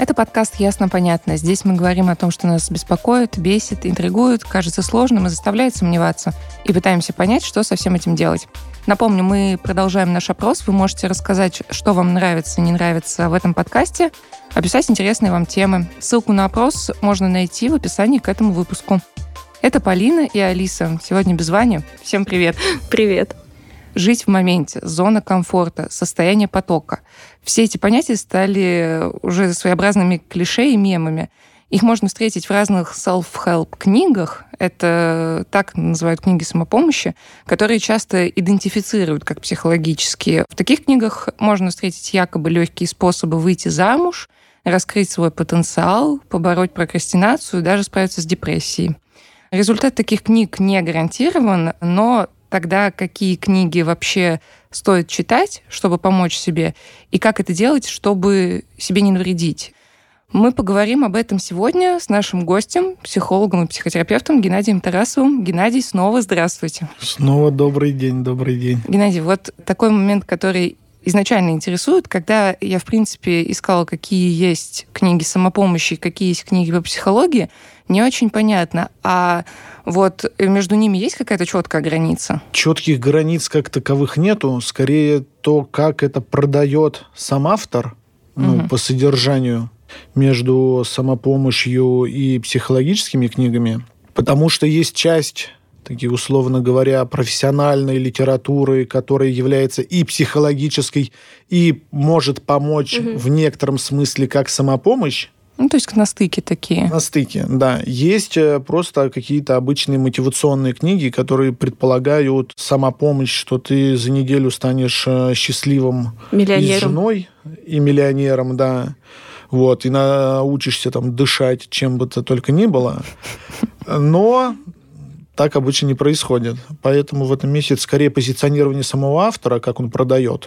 Это подкаст «Ясно-понятно». Здесь мы говорим о том, что нас беспокоит, бесит, интригует, кажется сложным и заставляет сомневаться. И пытаемся понять, что со всем этим делать. Напомню, мы продолжаем наш опрос. Вы можете рассказать, что вам нравится, не нравится в этом подкасте, описать интересные вам темы. Ссылку на опрос можно найти в описании к этому выпуску. Это Полина и Алиса. Сегодня без Вани. Всем привет. Привет. Жить в моменте, зона комфорта, состояние потока. Все эти понятия стали уже своеобразными клише и мемами. Их можно встретить в разных self-help книгах. Это так называют книги самопомощи, которые часто идентифицируют как психологические. В таких книгах можно встретить якобы легкие способы выйти замуж, раскрыть свой потенциал, побороть прокрастинацию, даже справиться с депрессией. Результат таких книг не гарантирован, но тогда какие книги вообще стоит читать, чтобы помочь себе, и как это делать, чтобы себе не навредить? Мы поговорим об этом сегодня с нашим гостем, психологом и психотерапевтом Геннадием Тарасовым. Геннадий, снова здравствуйте. Снова добрый день, добрый день. Геннадий, вот такой момент, который изначально интересует, когда я, в принципе, искала, какие есть книги самопомощи, какие есть книги по психологии, не очень понятно. А вот между ними есть какая-то четкая граница? Четких границ как таковых нету. Скорее то, как это продает сам автор по содержанию между самопомощью и психологическими книгами. Потому что есть часть, такие, условно говоря, профессиональной литературы, которая является и психологической, и может помочь в некотором смысле как самопомощь. Ну, то есть на стыке такие. На стыке, да. Есть просто какие-то обычные мотивационные книги, которые предполагают самопомощь, что ты за неделю станешь счастливым миллионером. И с женой, и миллионером, да. Вот, и научишься там дышать, чем бы то только ни было. Но так обычно не происходит. Поэтому в этом месте это скорее позиционирование самого автора, как он продает,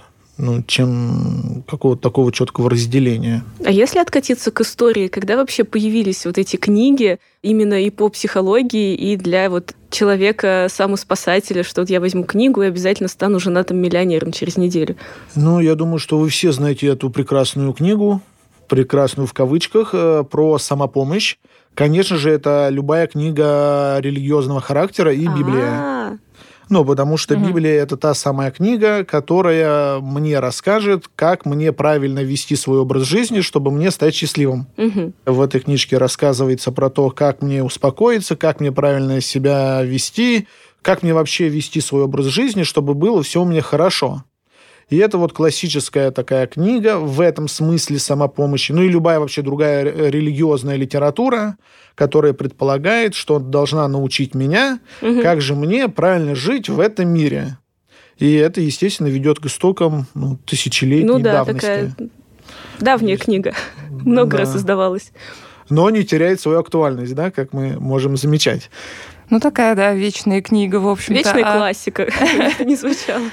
чем какого-то такого четкого разделения. А если откатиться к истории, когда вообще появились вот эти книги именно и по психологии, и для вот человека-самоспасателя, что вот я возьму книгу и обязательно стану женатым миллионером через неделю? Я думаю, что вы все знаете эту прекрасную книгу, прекрасную в кавычках, про самопомощь. Конечно же, это любая книга религиозного характера и Библия. Потому что Библия – это та самая книга, которая мне расскажет, как мне правильно вести свой образ жизни, чтобы мне стать счастливым. В этой книжке рассказывается про то, как мне успокоиться, как мне правильно себя вести, как мне вообще вести свой образ жизни, чтобы было все у меня хорошо. И это вот классическая такая книга в этом смысле самопомощи. И любая вообще другая религиозная литература, которая предполагает, что должна научить меня, как же мне правильно жить в этом мире. И это, естественно, ведет к истокам тысячелетней давности. Такая давняя книга. Много раз издавалась. Но не теряет свою актуальность, да, как мы можем замечать. Такая, да, вечная книга, в общем-то. Вечная классика, как это ни звучало.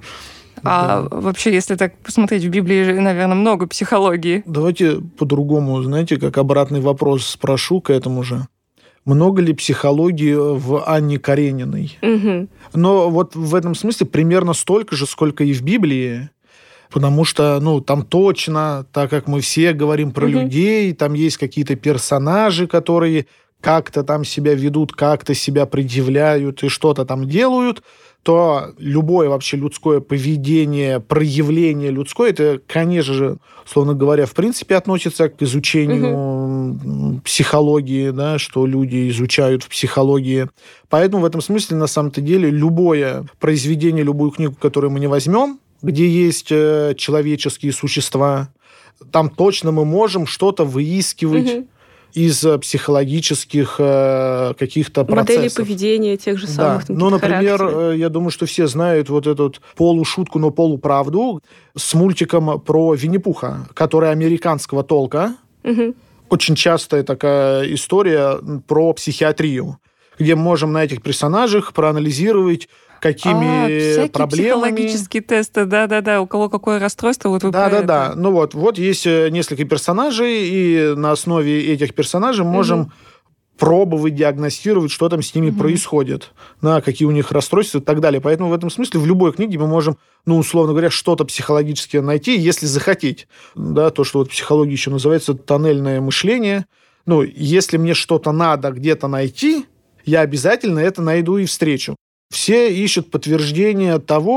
А вообще, если так посмотреть, в Библии, наверное, много психологии. Давайте по-другому, знаете, как обратный вопрос спрошу к этому же. Много ли психологии в Анне Карениной? Но вот в этом смысле примерно столько же, сколько и в Библии. Потому что, там точно, так как мы все говорим про людей, там есть какие-то персонажи, которые как-то там себя ведут, как-то себя предъявляют и что-то там делают, то любое вообще людское поведение, проявление людское, это, конечно же, условно говоря, в принципе относится к изучению психологии, да, что люди изучают в психологии. Поэтому в этом смысле, на самом-то деле, любое произведение, любую книгу, которую мы не возьмем, где есть человеческие существа, там точно мы можем что-то выискивать из психологических каких-то процессов. Моделей поведения тех же самых. Да. Например, я думаю, что все знают вот эту полушутку, но полуправду с мультиком про Винни-Пуха, который американского толка. Очень частая такая история про психиатрию, где мы можем на этих персонажах проанализировать, какими проблемами. Психологические тесты, да-да-да, у кого какое расстройство, вот вы Да-да-да, вот есть несколько персонажей, и на основе этих персонажей можем пробовать, диагностировать, что там с ними происходит, какие у них расстройства и так далее. Поэтому в этом смысле в любой книге мы можем, условно говоря, что-то психологическое найти, если захотеть. Да, то, что в психологии еще называется тоннельное мышление. Если мне что-то надо где-то найти, я обязательно это найду и встречу. Все ищут подтверждение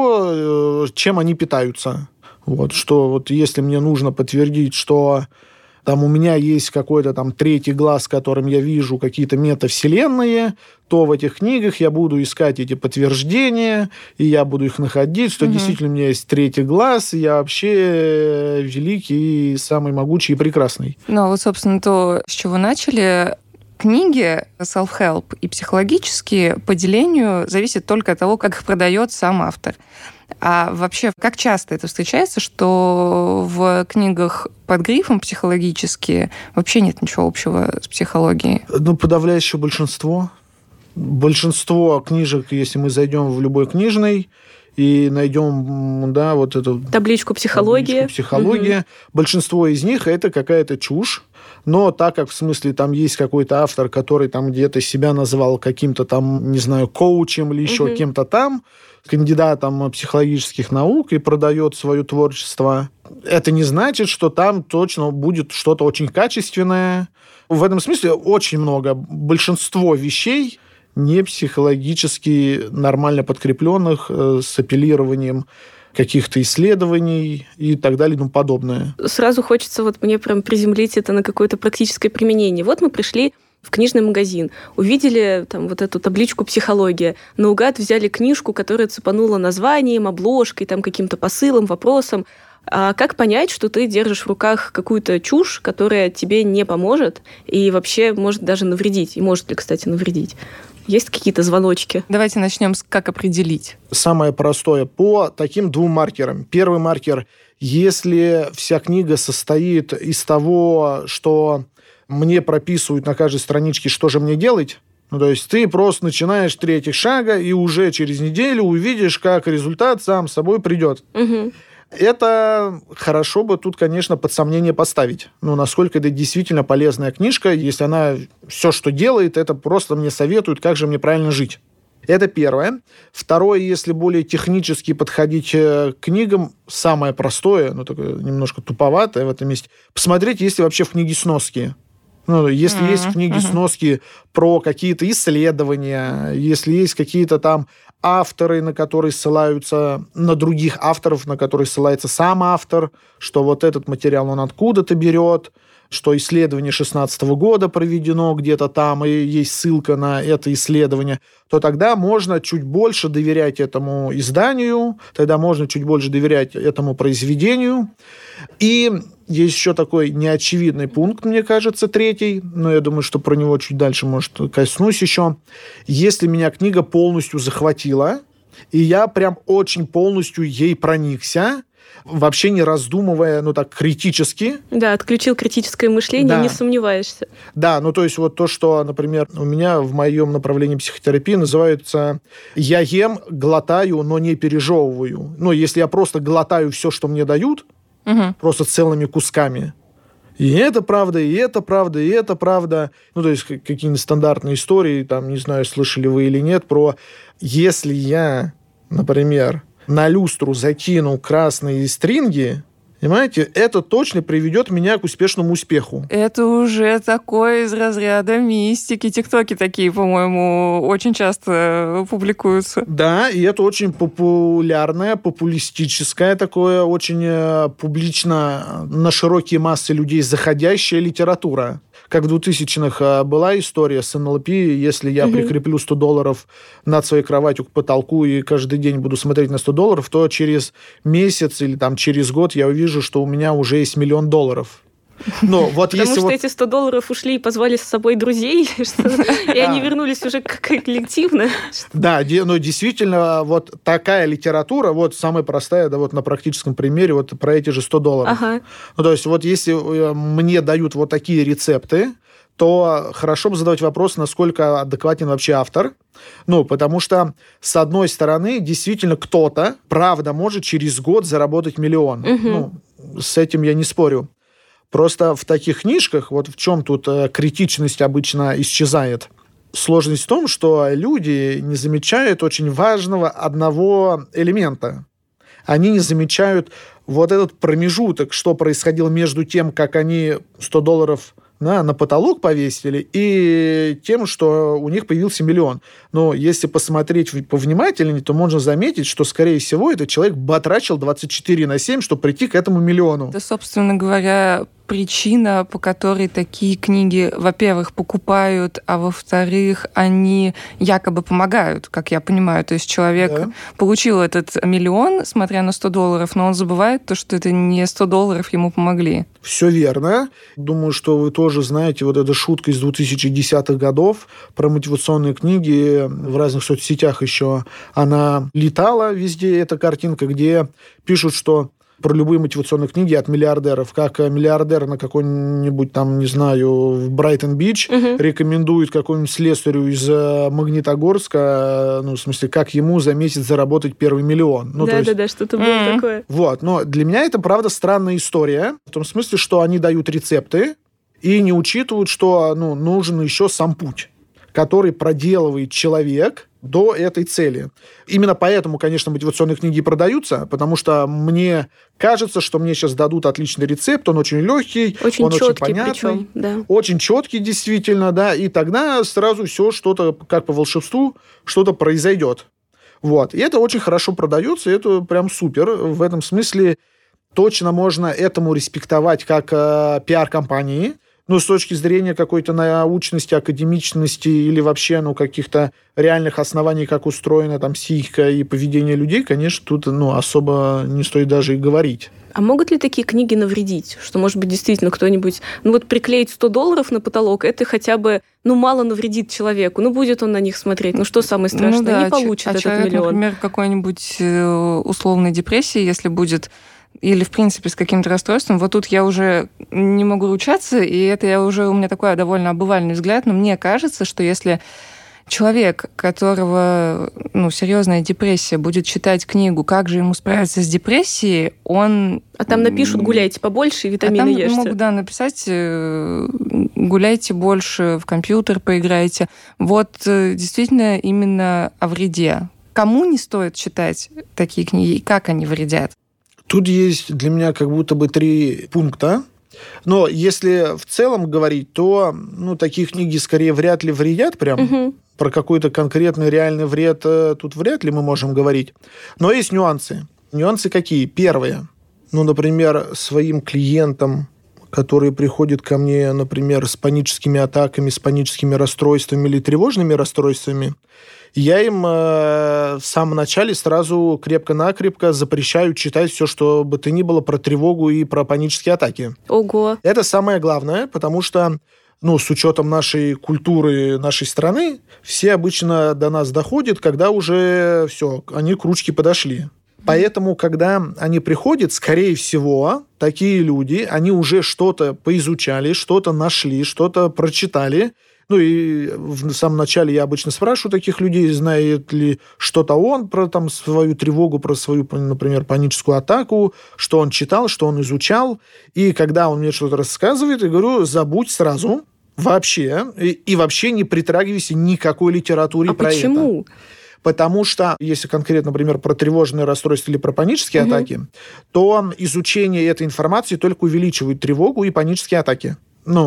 того, чем они питаются. Что если мне нужно подтвердить, что там у меня есть какой-то там третий глаз, которым я вижу какие-то метавселенные, то в этих книгах я буду искать эти подтверждения, и я буду их находить, что действительно у меня есть третий глаз, и я вообще великий, самый могучий и прекрасный. Собственно, то, с чего начали, книги self-help и психологические по делению зависят только от того, как их продает сам автор. А вообще, как часто это встречается, что в книгах под грифом психологические вообще нет ничего общего с психологией? Подавляющее большинство. Большинство книжек, если мы зайдем в любой книжный и найдем, эту табличку психология, большинство из них это какая-то чушь. Но так как, в смысле, там есть какой-то автор, который там где-то себя назвал каким-то там, не знаю, коучем или еще кем-то там, кандидатом психологических наук и продает свое творчество, это не значит, что там точно будет что-то очень качественное. В этом смысле очень много. Большинство вещей не психологически нормально подкрепленных, с апеллированием каких-то исследований и так далее и тому подобное. Сразу хочется мне прям приземлить это на какое-то практическое применение. Мы пришли в книжный магазин, увидели там эту табличку «Психология», наугад взяли книжку, которая цепанула названием, обложкой, там каким-то посылом, вопросом. А как понять, что ты держишь в руках какую-то чушь, которая тебе не поможет и вообще может даже навредить? И может ли, кстати, навредить? Есть какие-то звоночки? Давайте начнем с как определить. Самое простое. По таким двум маркерам. Первый маркер. Если вся книга состоит из того, что мне прописывают на каждой страничке, что же мне делать, то есть ты просто начинаешь 3 шага и уже через неделю увидишь, как результат сам собой придет. Это хорошо бы тут, конечно, под сомнение поставить. Насколько это действительно полезная книжка, если она все, что делает, это просто мне советует, как же мне правильно жить. Это первое. Второе, если более технически подходить к книгам, самое простое, такое немножко туповатое в этом месте, посмотреть, есть ли вообще в книге сноски. Если есть в книге сноски про какие-то исследования, если есть какие-то там авторы, на которые ссылаются, на других авторов, на которые ссылается сам автор, что этот материал он откуда-то берет, что исследование 2016 года проведено где-то там, и есть ссылка на это исследование, то тогда можно чуть больше доверять этому изданию, тогда можно чуть больше доверять этому произведению. И есть еще такой неочевидный пункт, мне кажется, 3, но я думаю, что про него чуть дальше, может, коснусь еще. Если меня книга полностью захватила, и я прям очень полностью ей проникся, вообще не раздумывая, критически. Да, отключил критическое мышление, не сомневаешься. Да, то есть то, что, например, у меня в моем направлении психотерапии называется «я ем, глотаю, но не пережевываю». Если я просто глотаю все, что мне дают, просто целыми кусками, и это правда, и это правда, и это правда. То есть какие-нибудь стандартные истории, там, не знаю, слышали вы или нет, про если я, например, на люстру закину красные стринги, понимаете, это точно приведет меня к успешному успеху. Это уже такое из разряда мистики. Тиктоки такие, по-моему, очень часто публикуются. Да, и это очень популярное, популистическое такое, очень публично на широкие массы людей заходящая литература. Как в 2000-х была история с НЛП, если я прикреплю $100 над своей кроватью к потолку и каждый день буду смотреть на $100, то через месяц или через год я увижу, что у меня уже есть $1 миллион. Потому что эти $100 ушли и позвали с собой друзей, и они вернулись уже коллективно. Да, но действительно такая литература, самая простая, на практическом примере, про эти же $100. То есть если мне дают такие рецепты, то хорошо бы задавать вопрос, насколько адекватен вообще автор. Потому что, с одной стороны, действительно кто-то, правда, может через год заработать $1 миллион. С этим я не спорю. Просто в таких книжках, вот в чем тут критичность обычно исчезает. Сложность в том, что люди не замечают очень важного одного элемента. Они не замечают вот этот промежуток, что происходило между тем, как они $100 на потолок повесили, и тем, что у них появился миллион. Но если посмотреть повнимательнее, то можно заметить, что, скорее всего, этот человек батрачил 24/7, чтобы прийти к этому миллиону. Это, собственно говоря, причина, по которой такие книги, во-первых, покупают, а во-вторых, они якобы помогают, как я понимаю. То есть человек получил этот миллион, смотря на $100, но он забывает то, что это не $100 ему помогли. Все верно. Думаю, что вы тоже знаете вот эту шутку из 2010-х годов про мотивационные книги. В разных соцсетях еще она летала везде, эта картинка, где пишут, что про любые мотивационные книги от миллиардеров. Как миллиардер на какой-нибудь там, не знаю, в Брайтон-Бич рекомендует какому-нибудь слесарю из Магнитогорска, ну, в смысле, как ему за месяц заработать первый миллион. Ну, да, что-то было такое. Вот, но для меня это, правда, странная история, в том смысле, что они дают рецепты и не учитывают, что нужен еще сам путь, который проделывает человек до этой цели. Именно поэтому, конечно, мотивационные книги продаются, потому что мне кажется, что мне сейчас дадут отличный рецепт, он очень легкий, он очень понятный, причем, да. Очень четкий действительно, да, и тогда сразу все что-то, как по волшебству, что-то произойдет. Вот. И это очень хорошо продается, и это прям супер. В этом смысле точно можно этому респектовать как пиар-компании, с точки зрения какой-то научности, академичности или вообще, каких-то реальных оснований, как устроена там психика и поведение людей, конечно, тут, особо не стоит даже и говорить. А могут ли такие книги навредить? Что, может быть, действительно кто-нибудь... приклеить $100 на потолок, это хотя бы, мало навредит человеку. Будет он на них смотреть. Что самое страшное? Не получит этот человек, миллион. Например, какой-нибудь условной депрессии, если будет... или, в принципе, с каким-то расстройством, вот тут я уже не могу ручаться, и это у меня такой довольно обывальный взгляд, но мне кажется, что если человек, которого, серьезная депрессия, будет читать книгу «Как же ему справиться с депрессией», он... А там напишут «гуляйте побольше и витамины ешьте». Могут, написать «гуляйте больше, в компьютер поиграйте». Вот действительно именно о вреде. Кому не стоит читать такие книги и как они вредят? Тут есть для меня как будто бы 3 пункта. Но если в целом говорить, то такие книги скорее вряд ли вредят прям. Про какой-то конкретный реальный вред тут вряд ли мы можем говорить. Но есть нюансы. Нюансы какие? Первые. Например, своим клиентам, которые приходят ко мне, например, с паническими атаками, с паническими расстройствами или тревожными расстройствами, я им в самом начале сразу крепко-накрепко запрещаю читать все, что бы то ни было про тревогу и про панические атаки. Ого! Это самое главное, потому что, с учетом нашей культуры, нашей страны, все обычно до нас доходят, когда уже все, они к ручке подошли. Поэтому, когда они приходят, скорее всего, такие люди, они уже что-то поизучали, что-то нашли, что-то прочитали. И в самом начале я обычно спрашиваю таких людей, знает ли что-то он про свою тревогу, про свою, например, паническую атаку, что он читал, что он изучал. И когда он мне что-то рассказывает, я говорю, забудь сразу вообще, и вообще не притрагивайся ни к какой литературе про это. Почему? Потому что, если конкретно, например, про тревожные расстройства или про панические атаки, то изучение этой информации только увеличивает тревогу и панические атаки.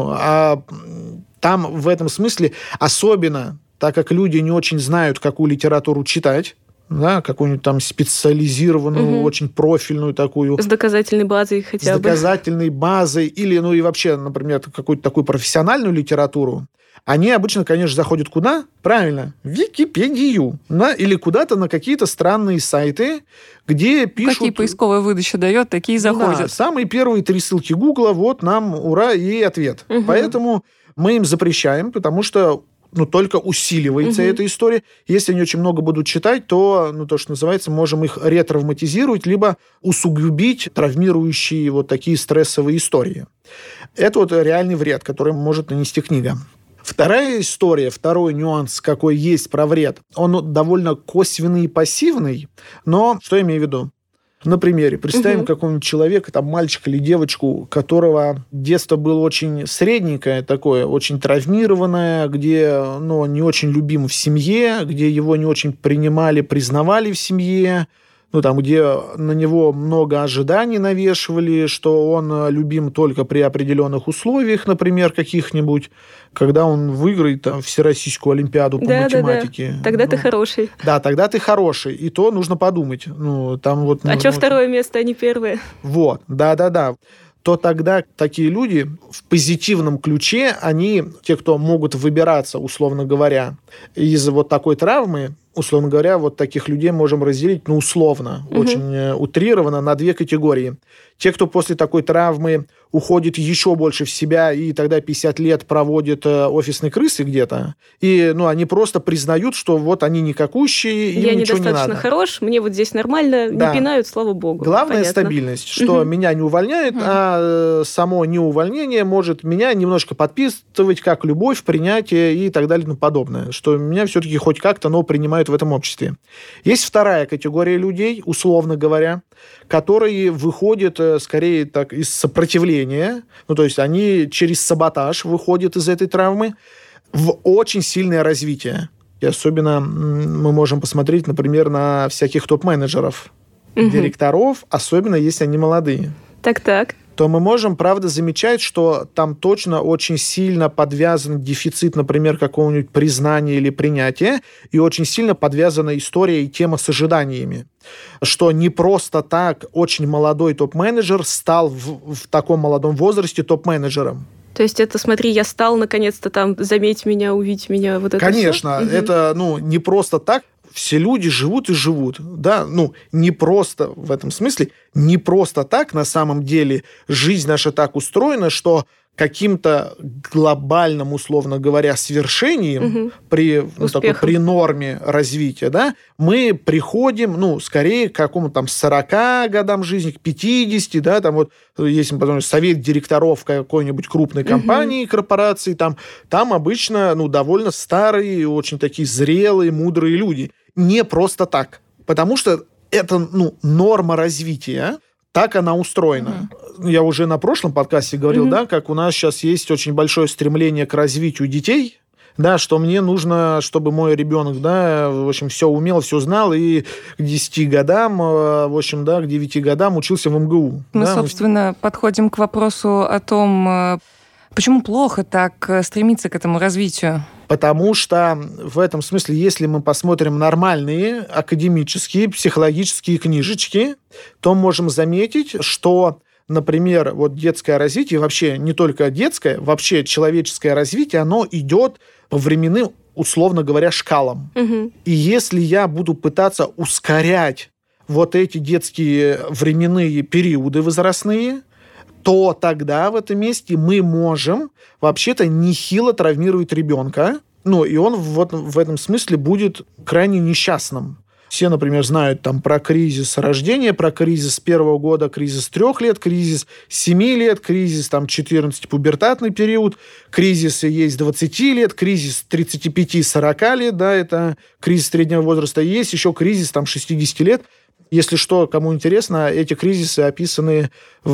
А там в этом смысле, особенно так как люди не очень знают, какую литературу читать, да, какую-нибудь там специализированную, очень профильную такую. С доказательной базой хотя бы. С доказательной базой. Или, и вообще, например, какую-то такую профессиональную литературу. Они обычно, конечно, заходят куда? Правильно, в Википедию. Или куда-то на какие-то странные сайты, где пишут... Какие поисковая выдача дает, такие заходят. Да, самые первые 3 ссылки Гугла, вот нам, ура, и ответ. Поэтому мы им запрещаем, потому что только усиливается эта история. Если они очень много будут читать, то, то, что называется, можем их ретравматизировать, либо усугубить травмирующие вот такие стрессовые истории. Это вот реальный вред, который может нанести книга. Вторая история, второй нюанс, какой есть про вред, он довольно косвенный и пассивный, но что я имею в виду? На примере. Представим какого-нибудь человека, там, мальчика или девочку, которого детство было очень средненькое, такое, очень травмированное, где, ну, не очень любим в семье, где его не очень принимали, признавали в семье, ну, там, где на него много ожиданий навешивали, что он любим только при определенных условиях, например, каких-нибудь, когда он выиграет там всероссийскую олимпиаду по математике. Да. Тогда ты хороший. Да, тогда ты хороший. И то нужно подумать. Ну, там вот, что второе место, а не первое? Вот, да. То тогда такие люди в позитивном ключе, они, те, кто могут выбираться, условно говоря, из вот такой травмы, условно говоря, вот таких людей можем разделить, ну, условно, очень утрированно, на две категории. Те, кто после такой травмы уходит еще больше в себя и тогда 50 лет проводит офисной крысы где-то, и, ну, они просто признают, что вот они никакущие, им я ничего не надо. Я недостаточно хорош, мне вот здесь нормально, не пинают, слава богу. Главная стабильность, что меня не увольняют, а само неувольнение может меня немножко подпитывать, как любовь, принятие и так далее и тому подобное, что меня все-таки хоть как-то, но принимают в этом обществе. Есть вторая категория людей, условно говоря, которые выходят скорее так из сопротивления, ну, то есть они через саботаж выходят из этой травмы в очень сильное развитие. И особенно мы можем посмотреть, например, на всяких топ-менеджеров, директоров, особенно если они молодые. Так. То мы можем, правда, замечать, что там точно очень сильно подвязан дефицит, например, какого-нибудь признания или принятия, и очень сильно подвязана история и тема с ожиданиями. Что не просто так очень молодой топ-менеджер стал в таком молодом возрасте топ-менеджером. То есть это, смотри, я стал, наконец-то, там, заметь меня, увидь меня, вот это Конечно, всё? это, не просто так. Все люди живут и живут, да, не просто в этом смысле, не просто так на самом деле жизнь наша так устроена, что каким-то глобальным, условно говоря, свершением при норме развития, да, мы приходим, скорее к какому-то там 40 годам жизни, к 50, да, там вот, если мы посмотрим совет директоров какой-нибудь крупной компании, корпорации, там обычно, довольно старые, очень такие зрелые, мудрые люди. Не просто так. Потому что это, норма развития, так она устроена. Я уже на прошлом подкасте говорил, да, как у нас сейчас есть очень большое стремление к развитию детей, да, что мне нужно, чтобы мой ребенок, да, в общем, все умел, все знал, и к 10 годам, в общем, да, к 9 годам учился в МГУ. Мы, собственно, подходим к вопросу о том, почему плохо так стремиться к этому развитию. Потому что в этом смысле, если мы посмотрим нормальные академические, психологические книжечки, то можем заметить, что, например, вот детское развитие, вообще не только детское, вообще человеческое развитие, оно идет по временным, условно говоря, шкалам. И если я буду пытаться ускорять вот эти детские временные периоды возрастные, то тогда в этом месте мы можем вообще-то нехило травмировать ребенка, и он в этом смысле будет крайне несчастным. Все, например, знают там про кризис рождения, про кризис 1 года, кризис 3 лет, кризис 7 лет, кризис 14, пубертатный период, кризис есть 20 лет, кризис 35-40 лет, да, это кризис среднего возраста, есть еще кризис 60 лет. Если что, кому интересно, эти кризисы описаны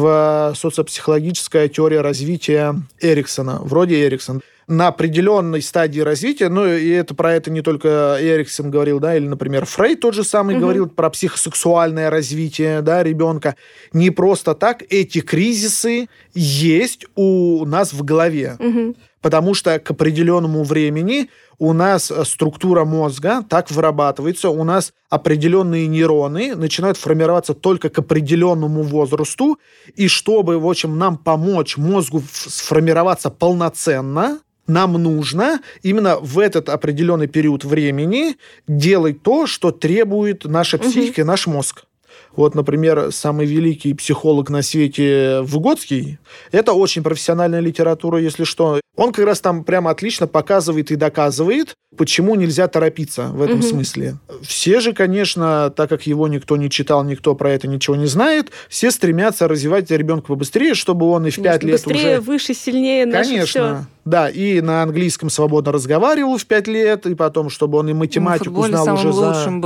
в социопсихологической теории развития Эриксона, вроде Эриксон. На определенной стадии развития, и это про это не только Эриксон говорил, да, или, например, Фрейд тот же самый говорил про психосексуальное развитие, да, ребенка. Не просто так эти кризисы есть у нас в голове. Потому что к определенному времени у нас структура мозга так вырабатывается, у нас определенные нейроны начинают формироваться только к определенному возрасту, и чтобы, в общем, нам помочь мозгу сформироваться полноценно, нам нужно именно в этот определенный период времени делать то, что требует наша психика и наш мозг. Вот, например, самый великий психолог на свете Выготский, это очень профессиональная литература, если что. Он как раз там прямо отлично показывает и доказывает, почему нельзя торопиться в этом смысле. Все же, конечно, так как его никто не читал, никто про это ничего не знает, все стремятся развивать ребенка побыстрее, чтобы он и в 5 лет быстрее, уже... выше, сильнее, наше Конечно. Все. Да, и на английском свободно разговаривал в 5 лет, и потом, чтобы он и математику знал уже за... лучшим был.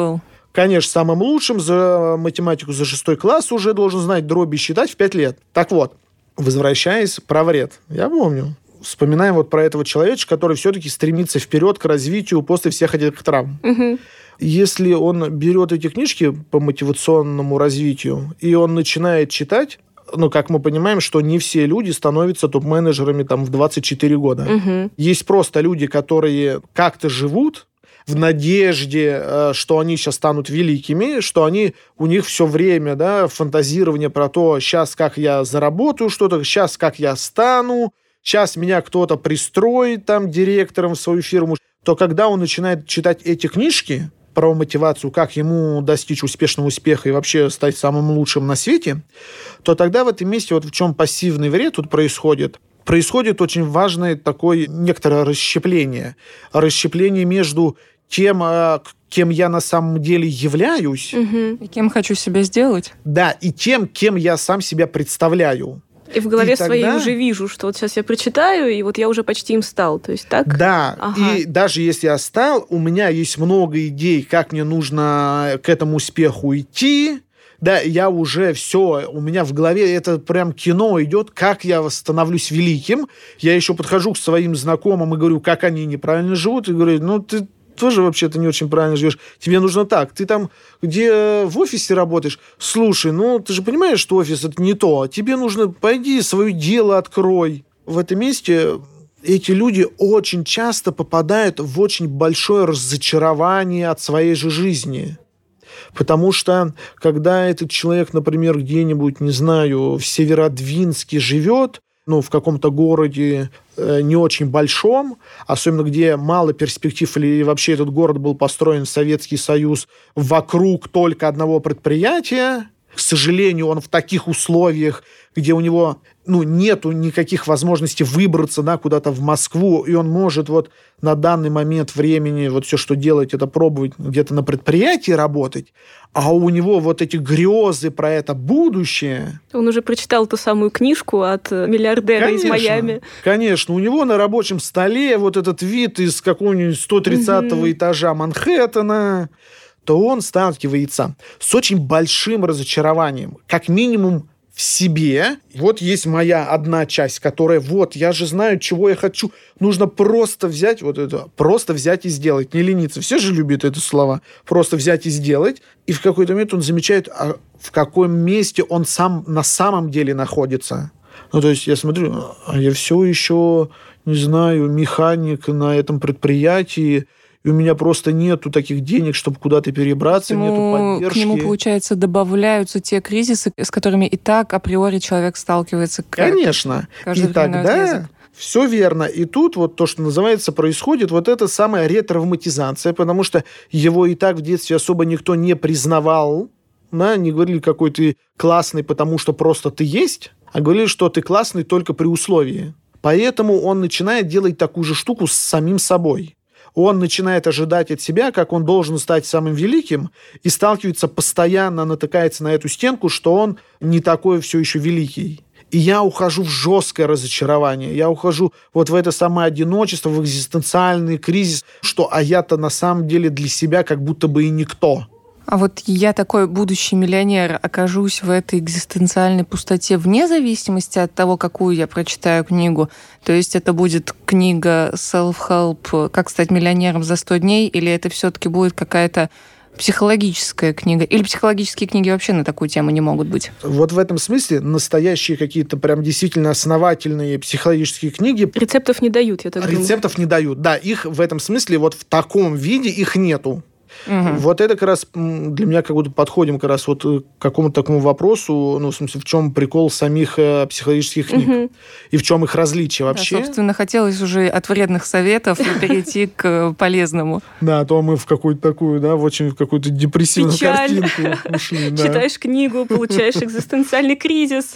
конечно, самым лучшим за математику за 6 класс уже должен знать дроби считать в 5 лет. Так вот, возвращаясь про вред. Я помню. Вспоминаем вот про этого человечка, который все-таки стремится вперед к развитию после всех этих травм. Угу. Если он берет эти книжки по мотивационному развитию, и он начинает читать, как мы понимаем, что не все люди становятся топ-менеджерами там в 24 года. Угу. Есть просто люди, которые как-то живут в надежде, что они сейчас станут великими, что у них все время, фантазирование про то, сейчас как я заработаю что-то, сейчас как я стану, сейчас меня кто-то пристроит там директором в свою фирму, то когда он начинает читать эти книжки про мотивацию, как ему достичь успешного успеха и вообще стать самым лучшим на свете, то тогда в этом месте, вот в чем пассивный вред тут происходит очень важное такое некоторое расщепление. Расщепление между тем, кем я на самом деле являюсь. Угу. И кем хочу себя сделать. Да, и тем, кем я сам себя представляю. И в голове своей уже вижу, что вот сейчас я прочитаю, и вот я уже почти им стал. То есть так? Да, ага. И даже если я стал, у меня есть много идей, как мне нужно к этому успеху идти. Да, я уже все, у меня в голове это прям кино идет, как я становлюсь великим. Я еще подхожу к своим знакомым и говорю, как они неправильно живут, и говорю, ты тоже вообще-то не очень правильно живешь. Тебе нужно так. Ты там, где в офисе работаешь, слушай, ты же понимаешь, что офис это не то. Тебе нужно, пойди свое дело открой. В этом месте эти люди очень часто попадают в очень большое разочарование от своей же жизни. Потому что, когда этот человек, например, где-нибудь, не знаю, в Северодвинске живет, в каком-то городе не очень большом, особенно где мало перспектив, или вообще этот город был построен в Советский Союз вокруг только одного предприятия, к сожалению, он в таких условиях, где у него нету никаких возможностей выбраться куда-то в Москву, и он может на данный момент времени все, что делать, это пробовать где-то на предприятии работать, а у него эти грезы про это будущее. Он уже прочитал ту самую книжку от миллиардера из Майами. Конечно, у него на рабочем столе этот вид из какого-нибудь 130-го этажа Манхэттена, то он сталкивается с очень большим разочарованием, как минимум в себе. Есть моя одна часть, которая я же знаю, чего я хочу. Нужно просто взять просто взять и сделать, не лениться. Все же любят это слово. Просто взять и сделать. И в какой-то момент он замечает, в каком месте он сам на самом деле находится. То есть я смотрю, я все еще, не знаю, механик на этом предприятии, и у меня просто нету таких денег, чтобы куда-то перебраться, нету поддержки. К нему, получается, добавляются те кризисы, с которыми и так априори человек сталкивается. Конечно. И тогда все верно. И тут то, что называется, происходит эта самая ретравматизация, потому что его и так в детстве особо никто не признавал, не говорили, какой ты классный, потому что просто ты есть, а говорили, что ты классный только при условии. Поэтому он начинает делать такую же штуку с самим собой. Он начинает ожидать от себя, как он должен стать самым великим, и сталкивается постоянно, натыкается на эту стенку, что он не такой все еще великий. И я ухожу в жесткое разочарование, я ухожу в это самое одиночество, в экзистенциальный кризис, что я-то на самом деле для себя как будто бы и никто. А я такой будущий миллионер окажусь в этой экзистенциальной пустоте вне зависимости от того, какую я прочитаю книгу. То есть это будет книга self-help «Как стать миллионером за 100 дней», или это все-таки будет какая-то психологическая книга? Или психологические книги вообще на такую тему не могут быть? В этом смысле настоящие какие-то прям действительно основательные психологические книги... Рецептов не дают, я так думаю. Рецептов не дают, да. Их в этом смысле в таком виде их нету. Угу. Это как раз для меня как будто подходим как раз к какому-то такому вопросу, в смысле, в чем прикол самих психологических книг и в чем их различие вообще. Да, собственно, хотелось уже от вредных советов перейти к полезному. Да, а то мы в какую-то такую, в какую-то депрессивную картинку ушли. Читаешь книгу, получаешь экзистенциальный кризис.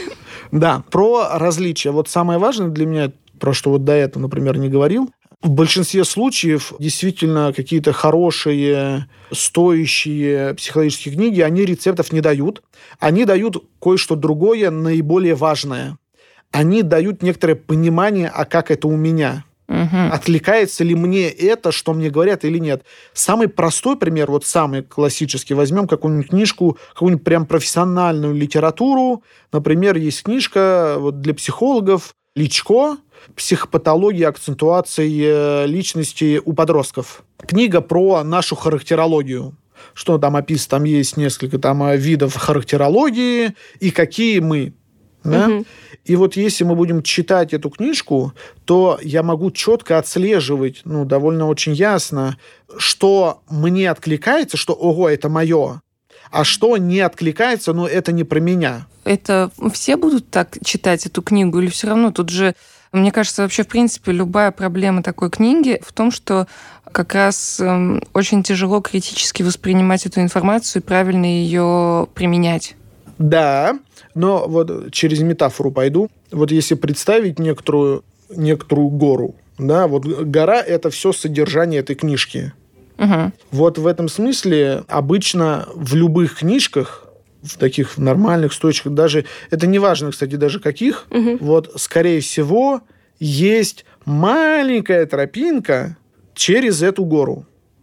Да, про различия. Самое важное для меня, про что до этого, например, не говорил, в большинстве случаев действительно какие-то хорошие, стоящие психологические книги, они рецептов не дают. Они дают кое-что другое, наиболее важное. Они дают некоторое понимание, как это у меня. Откликается ли мне это, что мне говорят, или нет. Самый простой пример, вот самый классический, возьмем какую-нибудь книжку, какую-нибудь прям профессиональную литературу. Например, есть книжка вот для психологов «Личко. Психопатология акцентуации личности у подростков». Книга про нашу характерологию. Что там описано? Там есть несколько видов характерологии и какие мы. Да? И вот если мы будем читать эту книжку, то я могу четко отслеживать, довольно очень ясно, что мне откликается, что «ого, это мое», а что не откликается, это не про меня. Это все будут так читать эту книгу или все равно? Тут же, мне кажется, вообще, в принципе, любая проблема такой книги в том, что как раз очень тяжело критически воспринимать эту информацию и правильно ее применять. Да, но вот через метафору пойду. Вот если представить некоторую гору, да, вот гора – это все содержание этой книжки. Вот в этом смысле обычно в любых книжках, в таких нормальных, стоящих, даже, это не важно, кстати, даже каких, вот, скорее всего, есть маленькая тропинка через эту гору.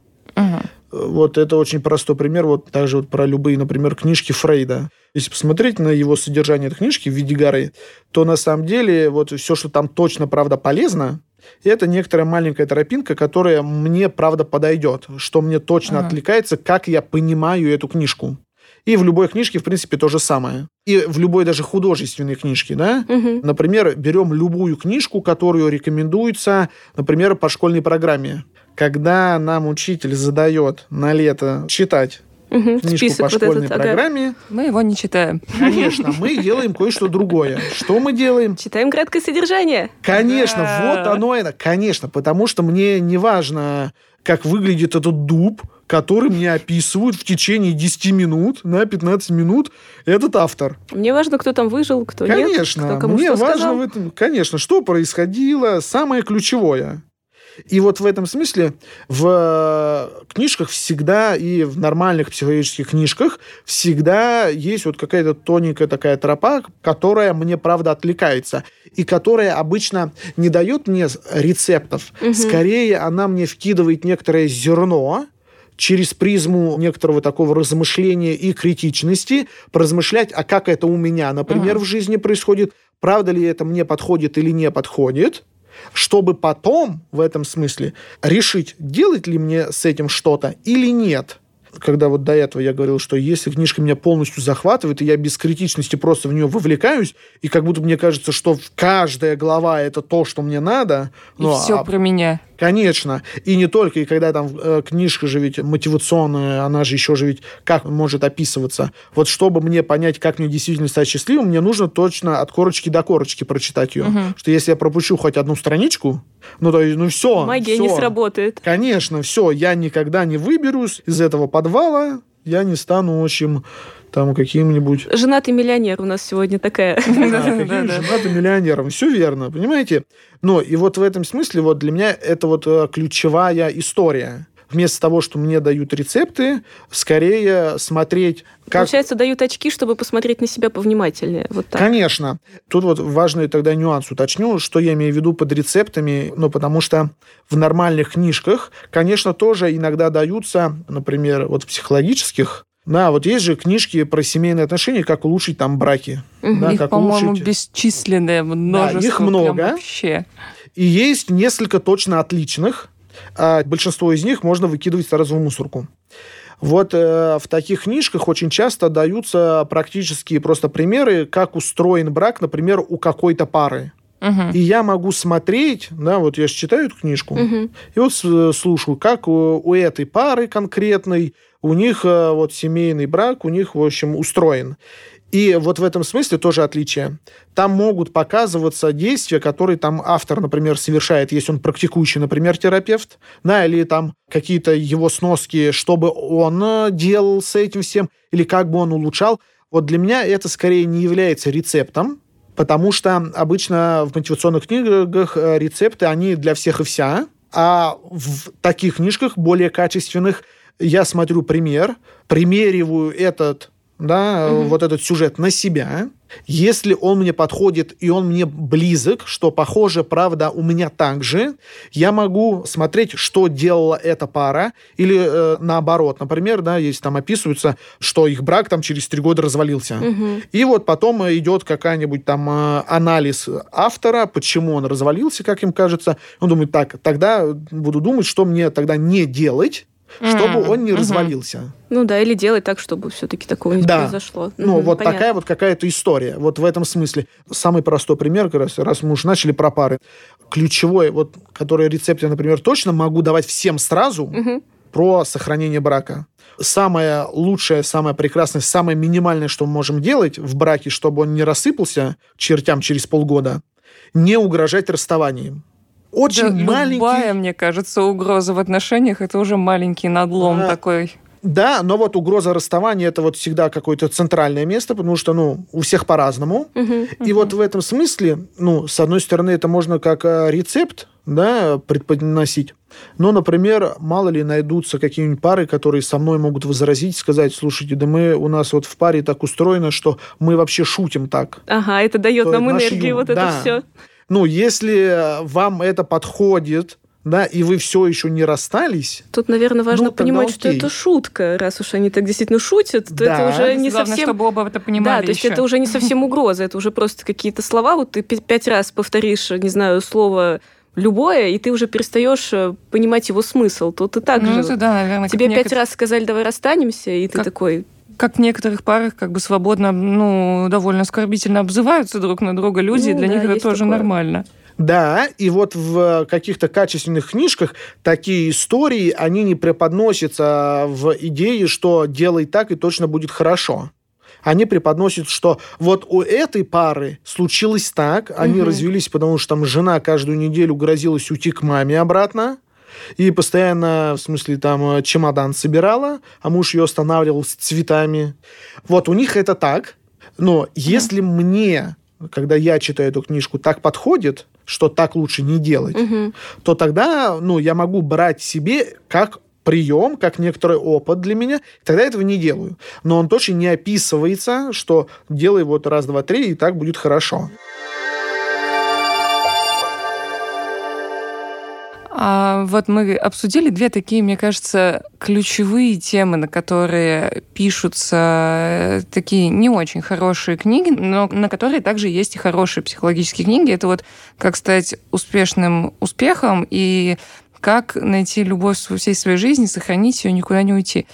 Вот это очень простой пример, вот также вот про любые, например, книжки Фрейда. Если посмотреть на его содержание этой книжки в виде горы, то на самом деле вот все, что там точно, правда, полезно, это некоторая маленькая тропинка, которая мне, правда, подойдет, что мне точно откликается, как я понимаю эту книжку. И в любой книжке, в принципе, то же самое. И в любой даже художественной книжке, да? Например, берем любую книжку, которую рекомендуется, например, по школьной программе. Когда нам учитель задает на лето читать книжку список по школьной программе, мы его не читаем. Конечно, мы делаем кое-что другое. Что мы делаем? Читаем краткое содержание. Конечно, вот оно это. Конечно, потому что мне не важно, как выглядит этот дуб, который мне описывают в течение 10 минут, на 15 минут этот автор. Мне важно, кто там выжил, кто нет. Конечно, мне важно в этом, конечно, что происходило, самое ключевое. И вот в этом смысле в книжках всегда и в нормальных психологических книжках всегда есть вот какая-то тоненькая такая тропа, которая мне, правда, откликается. И которая обычно не дает мне рецептов. Скорее, она мне вкидывает некоторое зерно через призму некоторого такого размышления и критичности, поразмышлять, а как это у меня, например, в жизни происходит, правда ли это мне подходит или не подходит, чтобы потом, в этом смысле, решить, делать ли мне с этим что-то или нет. Когда вот до этого я говорил, что если книжка меня полностью захватывает, и я без критичности просто в нее вовлекаюсь, и как будто мне кажется, что каждая глава – это то, что мне надо. И все про меня. Конечно. И не только. И когда там книжка же ведь мотивационная, она же еще же ведь как может описываться. Вот чтобы мне понять, как мне действительно стать счастливым, мне нужно точно от корочки до корочки прочитать ее. Что если я пропущу хоть одну страничку, все. Магия не сработает. Конечно, все. Я никогда не выберусь из этого подвала, я не стану, в общем, там каким-нибудь... Женатый миллионер у нас сегодня такая. Женатым миллионером. Все верно, понимаете? Но и вот в этом смысле вот для меня это вот ключевая история. Вместо того, что мне дают рецепты, скорее смотреть... Получается, дают очки, чтобы посмотреть на себя повнимательнее. Вот так. Конечно. Тут вот важный тогда нюанс уточню, что я имею в виду под рецептами, потому что в нормальных книжках, конечно, тоже иногда даются, например, вот в психологических, да, вот есть же книжки про семейные отношения, как улучшить там браки. Да, их, как по-моему, улучшить... бесчисленное множество. Да, их много. Вообще. И есть несколько точно отличных, а большинство из них можно выкидывать сразу в мусорку. Вот в таких книжках очень часто даются практические просто примеры, как устроен брак, например, у какой-то пары. И я могу смотреть, да, вот я же читаю эту книжку, и вот слушаю, как у этой пары конкретной, у них вот семейный брак, у них, в общем, устроен. И вот в этом смысле тоже отличие. Там могут показываться действия, которые там автор, например, совершает, если он практикующий, например, терапевт, да, или там какие-то его сноски, что бы он делал с этим всем, или как бы он улучшал. Вот для меня это скорее не является рецептом, потому что обычно в мотивационных книгах рецепты, они для всех и вся, а в таких книжках, более качественных, я смотрю пример, примериваю этот да, вот этот сюжет на себя. Если он мне подходит и он мне близок, что похоже, правда, у меня так же, я могу смотреть, что делала эта пара, или наоборот, например, да, если там описывается, что их брак там через 3 года развалился. И вот потом идет какая-нибудь там анализ автора, почему он развалился, как им кажется. Он думает, так, тогда буду думать, что мне тогда не делать, чтобы он не развалился. Ну да, или делать так, чтобы все-таки такого не произошло. Ну, вот понятно. Такая вот какая-то история. Вот в этом смысле. Самый простой пример, раз мы уж начали про пары. Ключевой, вот, который рецепт я, например, точно могу давать всем сразу, про сохранение брака. Самое лучшее, самое прекрасное, самое минимальное, что мы можем делать в браке, чтобы он не рассыпался к чертям через полгода, не угрожать расставанием. Очень маленький... Любая, мне кажется, угроза в отношениях – это уже маленький надлом такой. Да, но вот угроза расставания – это вот всегда какое-то центральное место, потому что, у всех по-разному. И вот в этом смысле, с одной стороны, это можно как рецепт, да, преподносить. Но, например, мало ли найдутся какие-нибудь пары, которые со мной могут возразить, сказать, слушайте, да у нас вот в паре так устроено, что мы вообще шутим так. Ага, это дает нам энергию, вот это все. Если вам это подходит, да, и вы все еще не расстались... Тут, наверное, важно понимать, что это шутка. Раз уж они так действительно шутят, то это уже не главное, совсем... чтобы оба это понимали. Да, то есть это уже не совсем угроза, это уже просто какие-то слова. Вот ты 5 раз повторишь, не знаю, слово любое, и ты уже перестаешь понимать его смысл. Тут и так же. Это да, наверное, тебе 5 раз сказали, давай расстанемся, и ты такой... Как в некоторых парах свободно, довольно оскорбительно обзываются друг на друга люди, для них это тоже нормально. Да, и вот в каких-то качественных книжках такие истории, они не преподносятся в идее, что делай так, и точно будет хорошо. Они преподносят, что вот у этой пары случилось так, они развелись, потому что там жена каждую неделю грозилась уйти к маме обратно, и постоянно, в смысле, там, чемодан собирала, а муж ее останавливал с цветами. Вот у них это так. Но если мне, когда я читаю эту книжку, так подходит, что так лучше не делать, то тогда, я могу брать себе как прием, как некоторый опыт для меня, тогда этого не делаю. Но он точно не описывается, что делай вот раз, два, три, и так будет хорошо. Вот мы обсудили 2 такие, мне кажется, ключевые темы, на которые пишутся такие не очень хорошие книги, но на которые также есть и хорошие психологические книги. Это вот как стать успешным успехом и как найти любовь во всей своей жизни, сохранить ее, никуда не уйти.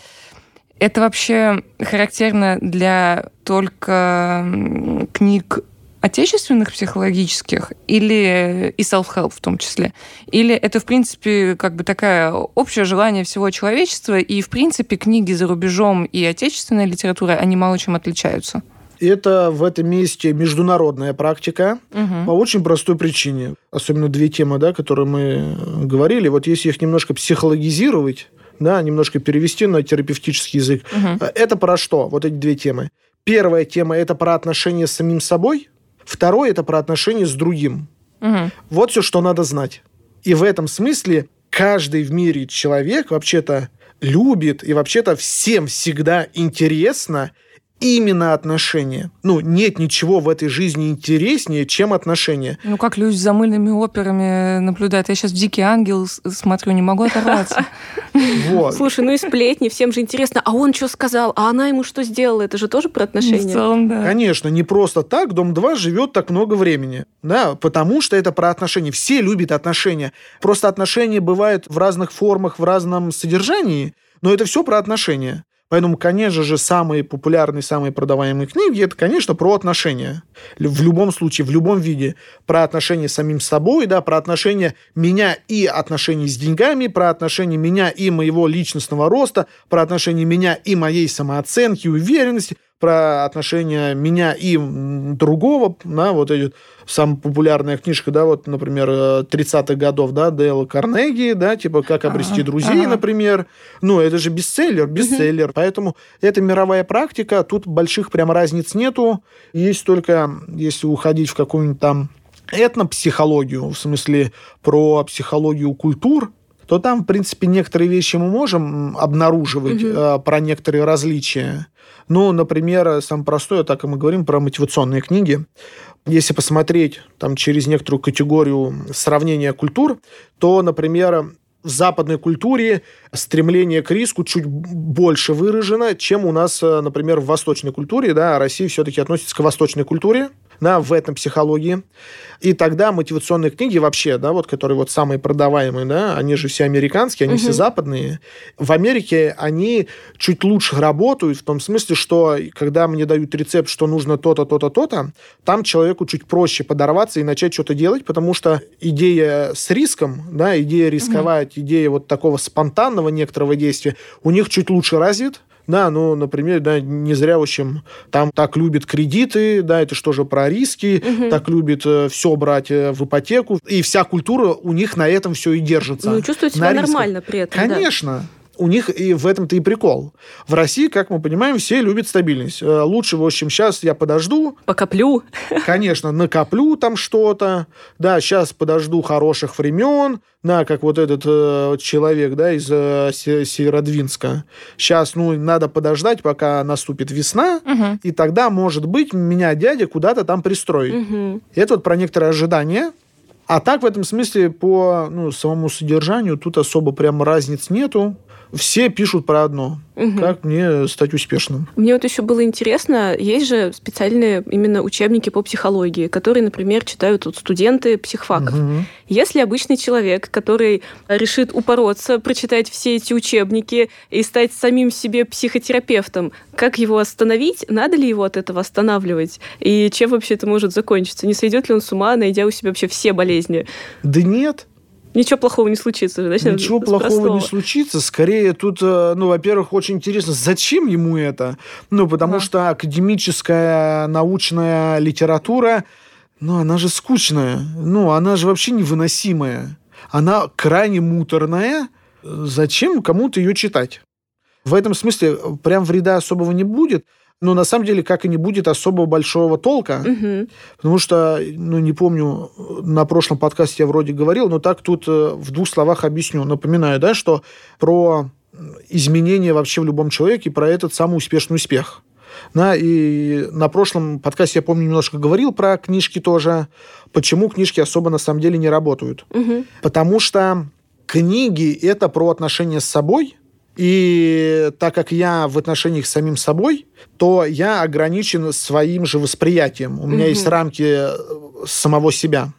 Это вообще характерно для только книг отечественных психологических или и self-help в том числе? Или это, в принципе, такое общее желание всего человечества, и, в принципе, книги за рубежом и отечественная литература, они мало чем отличаются? Это в этом месте международная практика по очень простой причине. Особенно 2 темы, да, которые мы говорили. Вот если их немножко психологизировать, да, немножко перевести на терапевтический язык, это про что? Вот эти 2 темы. Первая тема – это про отношения с самим собой. Второе – это про отношения с другим. Вот все, что надо знать. И в этом смысле каждый в мире человек вообще-то любит, и вообще-то всем всегда интересно именно отношения. Нет ничего в этой жизни интереснее, чем отношения. Как люди за мыльными операми наблюдают. Я сейчас в «Дикий ангел» смотрю, не могу оторваться. Слушай, и сплетни, всем же интересно, а он что сказал, а она ему что сделала? Это же тоже про отношения. В целом, да. Конечно, не просто так Дом-2 живет так много времени. Да, потому что это про отношения. Все любят отношения. Просто отношения бывают в разных формах, в разном содержании, но это все про отношения. Поэтому, конечно же, самые популярные, самые продаваемые книги – это, конечно, про отношения. В любом случае, в любом виде. Про отношения с самим собой, да, про отношения меня и отношения с деньгами, про отношения меня и моего личностного роста, про отношения меня и моей самооценки, уверенности, про отношения меня и другого, да, вот эти самая популярная книжка, да, вот, например, 30-х годов, да, Дейла Карнеги, да, типа «Как обрести друзей», например. Это же бестселлер. Поэтому это мировая практика, тут больших прям разниц нету. Есть только, если уходить в какую-нибудь там этнопсихологию, в смысле про психологию культур, то там, в принципе, некоторые вещи мы можем обнаруживать про некоторые различия. Ну, например, самое простое, так и мы говорим про мотивационные книги. Если посмотреть там, через некоторую категорию сравнения культур, то, например, в западной культуре стремление к риску чуть больше выражено, чем у нас, например, в восточной культуре. Да, Россия все-таки относится к восточной культуре, да, в этом психологии. И тогда мотивационные книги вообще, да, вот, которые вот самые продаваемые, да, они же все американские, они все западные. В Америке они чуть лучше работают в том смысле, что когда мне дают рецепт, что нужно то-то, то-то, то-то, там человеку чуть проще подорваться и начать что-то делать, потому что идея с риском, да, идея рисковать, идея вот такого спонтанного некоторого действия у них чуть лучше развит. Да, ну, например, да, не зря, в общем, там так любят кредиты, да, это что же про риски, так любят все брать в ипотеку, и вся культура у них на этом все и держится. Ну, чувствуют себя нормально при этом. Конечно. Да. У них и в этом-то и прикол. В России, как мы понимаем, все любят стабильность. Лучше, в общем, сейчас я подожду. Покоплю. Конечно, накоплю там что-то. Да, сейчас подожду хороших времен. Да, как вот этот человек, да, из Северодвинска. Сейчас, ну, надо подождать, пока наступит весна, и тогда, может быть, меня дядя куда-то там пристроит. Это вот про некоторые ожидания. А так, в этом смысле, по самому содержанию тут особо прям разниц нету. Все пишут про одно. Как мне стать успешным. Мне вот еще было интересно, есть же специальные именно учебники по психологии, которые, например, читают вот студенты психфаков. Если обычный человек, который решит упороться, прочитать все эти учебники и стать самим себе психотерапевтом, как его остановить? Надо ли его от этого останавливать? И чем вообще это может закончиться? Не сойдет ли он с ума, найдя у себя вообще все болезни? Да нет. Ничего плохого не случится. Значит, ничего плохого не случится. Скорее, тут, во-первых, очень интересно, зачем ему это? Потому что академическая научная литература, она же скучная. Она же вообще невыносимая. Она крайне муторная. Зачем кому-то ее читать? В этом смысле прям вреда особого не будет. Но на самом деле, как и не будет особо большого толка, потому что, не помню, на прошлом подкасте я вроде говорил, но так тут в 2 словах объясню. Напоминаю, да, что про изменения вообще в любом человеке, про этот самый успешный успех. Да, и на прошлом подкасте, я помню, немножко говорил про книжки тоже. Почему книжки особо на самом деле не работают? Потому что книги – это про отношения с собой. И так как я в отношениях с самим собой, то я ограничен своим же восприятием. У меня есть рамки самого себя.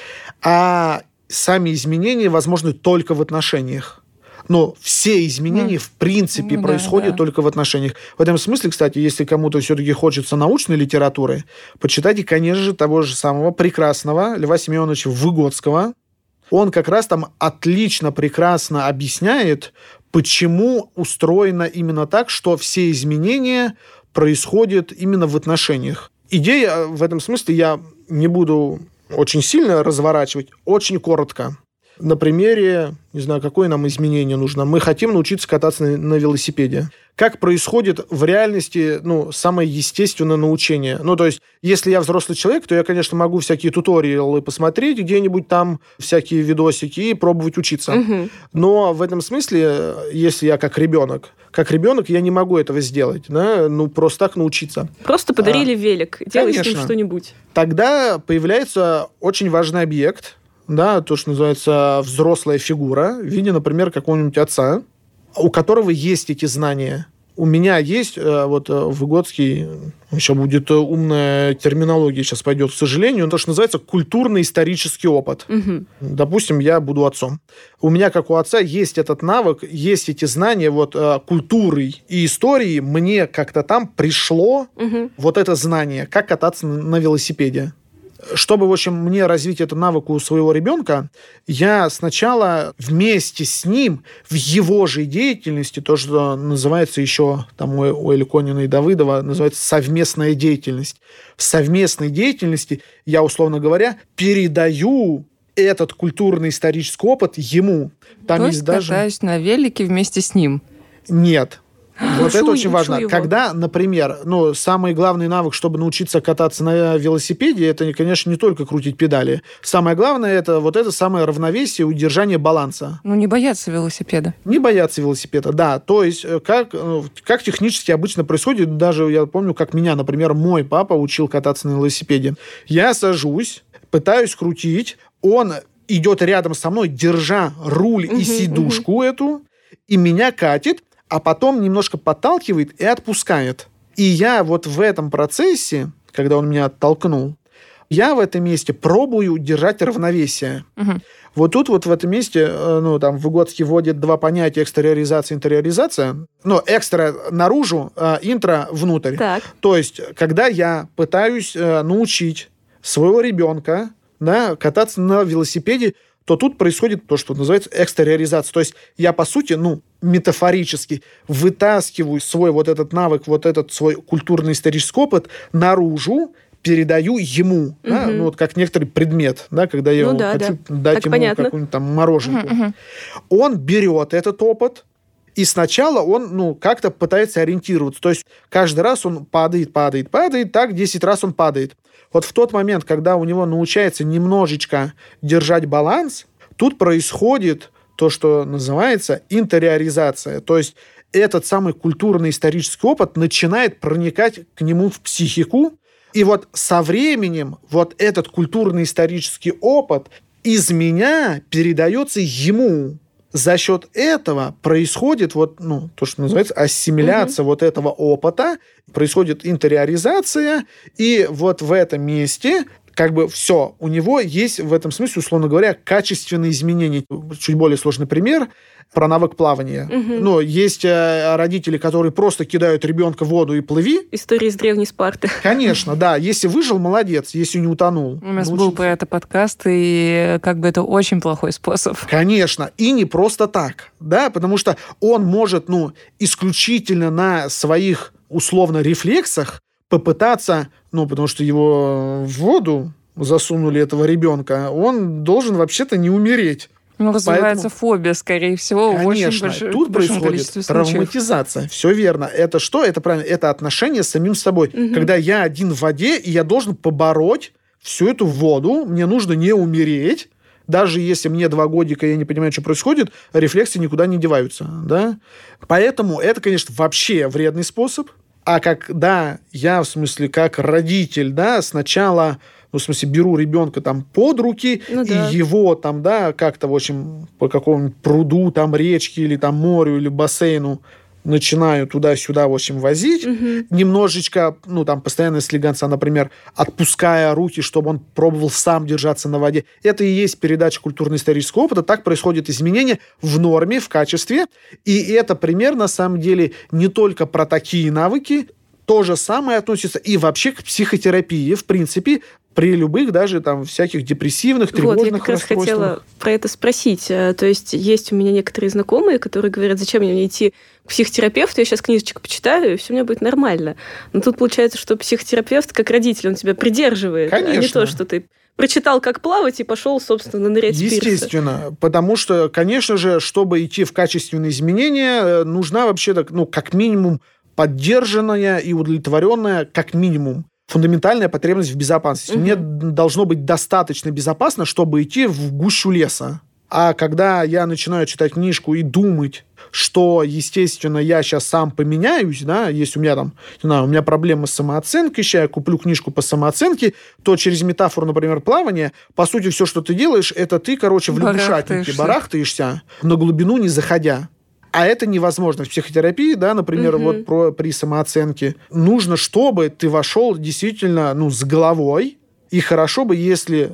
А сами изменения возможны только в отношениях. Но все изменения, в принципе, происходят только в отношениях. В этом смысле, кстати, если кому-то все-таки хочется научной литературы, почитайте, конечно же, того же самого прекрасного Льва Семеновича Выгодского. Он как раз там отлично, прекрасно объясняет, почему устроено именно так, что все изменения происходят именно в отношениях. Идея в этом смысле я не буду очень сильно разворачивать, очень коротко. На примере, не знаю, какое нам изменение нужно. Мы хотим научиться кататься на велосипеде. Как происходит в реальности, самое естественное научение? То есть, если я взрослый человек, то я, конечно, могу всякие туториалы посмотреть где-нибудь там, всякие видосики и пробовать учиться. Но в этом смысле, если я как ребенок я не могу этого сделать, да? Просто так научиться. Просто подарили велик, делай с ним что-нибудь. Тогда появляется очень важный объект, да, то, что называется взрослая фигура, в виде, например, какого-нибудь отца, у которого есть эти знания. У меня есть, Выгодский, еще будет умная терминология, сейчас пойдет, к сожалению, то, что называется культурно-исторический опыт. Допустим, я буду отцом. У меня, как у отца, есть этот навык, есть эти знания культуры и истории. Мне как-то там пришло вот это знание, как кататься на велосипеде. Чтобы, в общем, мне развить этот навык у своего ребенка, я сначала вместе с ним в его же деятельности, то, что называется еще там у Эльконина и Давыдова, называется совместная деятельность. В совместной деятельности я, условно говоря, передаю этот культурно-исторический опыт ему. Там то есть даже... катаюсь на велике вместе с ним? Нет. Вот это очень важно. Когда, например, самый главный навык, чтобы научиться кататься на велосипеде, это, конечно, не только крутить педали. Самое главное, это вот это самое равновесие, удержание баланса. Не бояться велосипеда. Не бояться велосипеда, да. То есть, как технически обычно происходит, даже я помню, как меня, например, мой папа учил кататься на велосипеде. Я сажусь, пытаюсь крутить, он идет рядом со мной, держа руль и сидушку эту, и меня катит, а потом немножко подталкивает и отпускает. И я вот в этом процессе, когда он меня оттолкнул, я в этом месте пробую держать равновесие. Вот тут вот в этом месте, там Выгодский вводит два понятия: экстериоризация и интериоризация. Экстра наружу, интро внутрь. Так. То есть, когда я пытаюсь научить своего ребенка, да, кататься на велосипеде, то тут происходит то, что называется экстериоризация. То есть я, по сути, метафорически вытаскиваю свой вот этот навык, вот этот свой культурно-исторический опыт наружу, передаю ему, да, вот как некоторый предмет, да, когда я хочу дать ему какую-нибудь там мороженку. Он берет этот опыт, и сначала он, как-то пытается ориентироваться. То есть каждый раз он падает, так 10 раз он падает. Вот в тот момент, когда у него научается немножечко держать баланс, тут происходит то, что называется интериоризация. То есть этот самый культурно-исторический опыт начинает проникать к нему в психику. И вот со временем вот этот культурно-исторический опыт из меня передается ему. За счет этого происходит то, что называется ассимиляция вот этого опыта, происходит интериоризация, и вот в этом месте все, у него есть в этом смысле, условно говоря, качественные изменения. Чуть более сложный пример про навык плавания. Есть родители, которые просто кидают ребенка в воду и плыви. История из древней Спарты. Конечно, да. Если выжил, молодец. Если не утонул. У нас был про это подкаст, и это очень плохой способ. Конечно. И не просто так. Да, потому что он может, исключительно на своих, условно, рефлексах попытаться, потому что его в воду засунули, этого ребенка, он должен вообще-то не умереть. Развивается фобия, скорее всего, конечно, в очень большом тут происходит травматизация. Все верно. Это что? Это правильно. Это отношение с самим собой. Когда я один в воде, и я должен побороть всю эту воду, мне нужно не умереть. Даже если мне 2 годика, я не понимаю, что происходит, рефлексы никуда не деваются. Да? Поэтому это, конечно, вообще вредный способ. А когда я, в смысле, как родитель, да, сначала, беру ребенка там под руки, и его там, да, как-то, в общем, по какому-нибудь пруду, там, речке или там морю или бассейну начинаю туда-сюда, в общем, возить, немножечко, постоянно слегонца, например, отпуская руки, чтобы он пробовал сам держаться на воде. Это и есть передача культурно-исторического опыта. Так происходит изменение в норме, в качестве. И это пример, на самом деле, не только про такие навыки, то же самое относится и вообще к психотерапии, в принципе, при любых даже там всяких депрессивных, тревожных расстройствах. Я как раз хотела про это спросить. То есть есть у меня некоторые знакомые, которые говорят, зачем мне идти к психотерапевту, я сейчас книжечку почитаю, и все у меня будет нормально. Но тут получается, что психотерапевт, как родитель, он тебя придерживает, конечно, а не то, что ты прочитал, как плавать, и пошел, собственно, нырять в пирсы. Естественно, потому что, конечно же, чтобы идти в качественные изменения, нужна вообще-то, как минимум, поддержанная и удовлетворенная, как минимум, фундаментальная потребность в безопасности. Мне должно быть достаточно безопасно, чтобы идти в гущу леса. А когда я начинаю читать книжку и думать, что, естественно, я сейчас сам поменяюсь, да, если у меня там, не знаю, у меня проблемы с самооценкой, сейчас я куплю книжку по самооценке, то через метафору, например, плавания, по сути, все, что ты делаешь, это ты, в лягушатнике барахтаешься, на глубину не заходя. А это невозможно. В психотерапии, да, например, при самооценке, нужно, чтобы ты вошел действительно, с головой, и хорошо бы, если,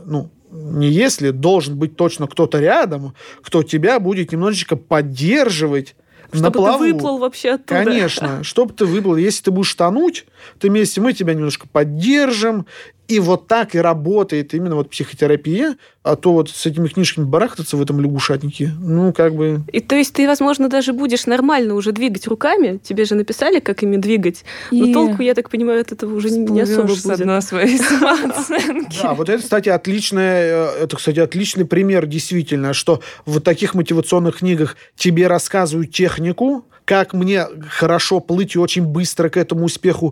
должен быть точно кто-то рядом, кто тебя будет немножечко поддерживать на плаву. Чтобы ты выплыл вообще оттуда. Конечно, чтобы ты выплыл. Если ты будешь тонуть, то вместе мы тебя немножко поддержим. И вот так и работает именно психотерапия. А то с этими книжками барахтаться в этом лягушатнике, И то есть ты, возможно, даже будешь нормально уже двигать руками. Тебе же написали, как ими двигать. Но толку, я так понимаю, от этого уже не особо будет. С одной своей самооценки. Да, вот это, кстати, отличный пример, действительно, что в таких мотивационных книгах тебе рассказывают технику, как мне хорошо плыть и очень быстро к этому успеху,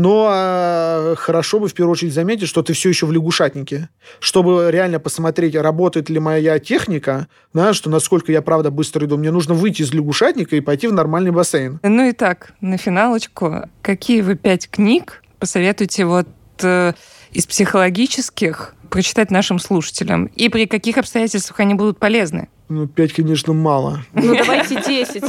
но хорошо бы в первую очередь заметить, что ты все еще в лягушатнике, чтобы реально посмотреть, работает ли моя техника, да, что насколько я правда быстро иду. Мне нужно выйти из лягушатника и пойти в нормальный бассейн. Ну и так, на финалочку, какие вы 5 книг посоветуете из психологических прочитать нашим слушателям? И при каких обстоятельствах они будут полезны? 5, конечно, мало. Давайте 10.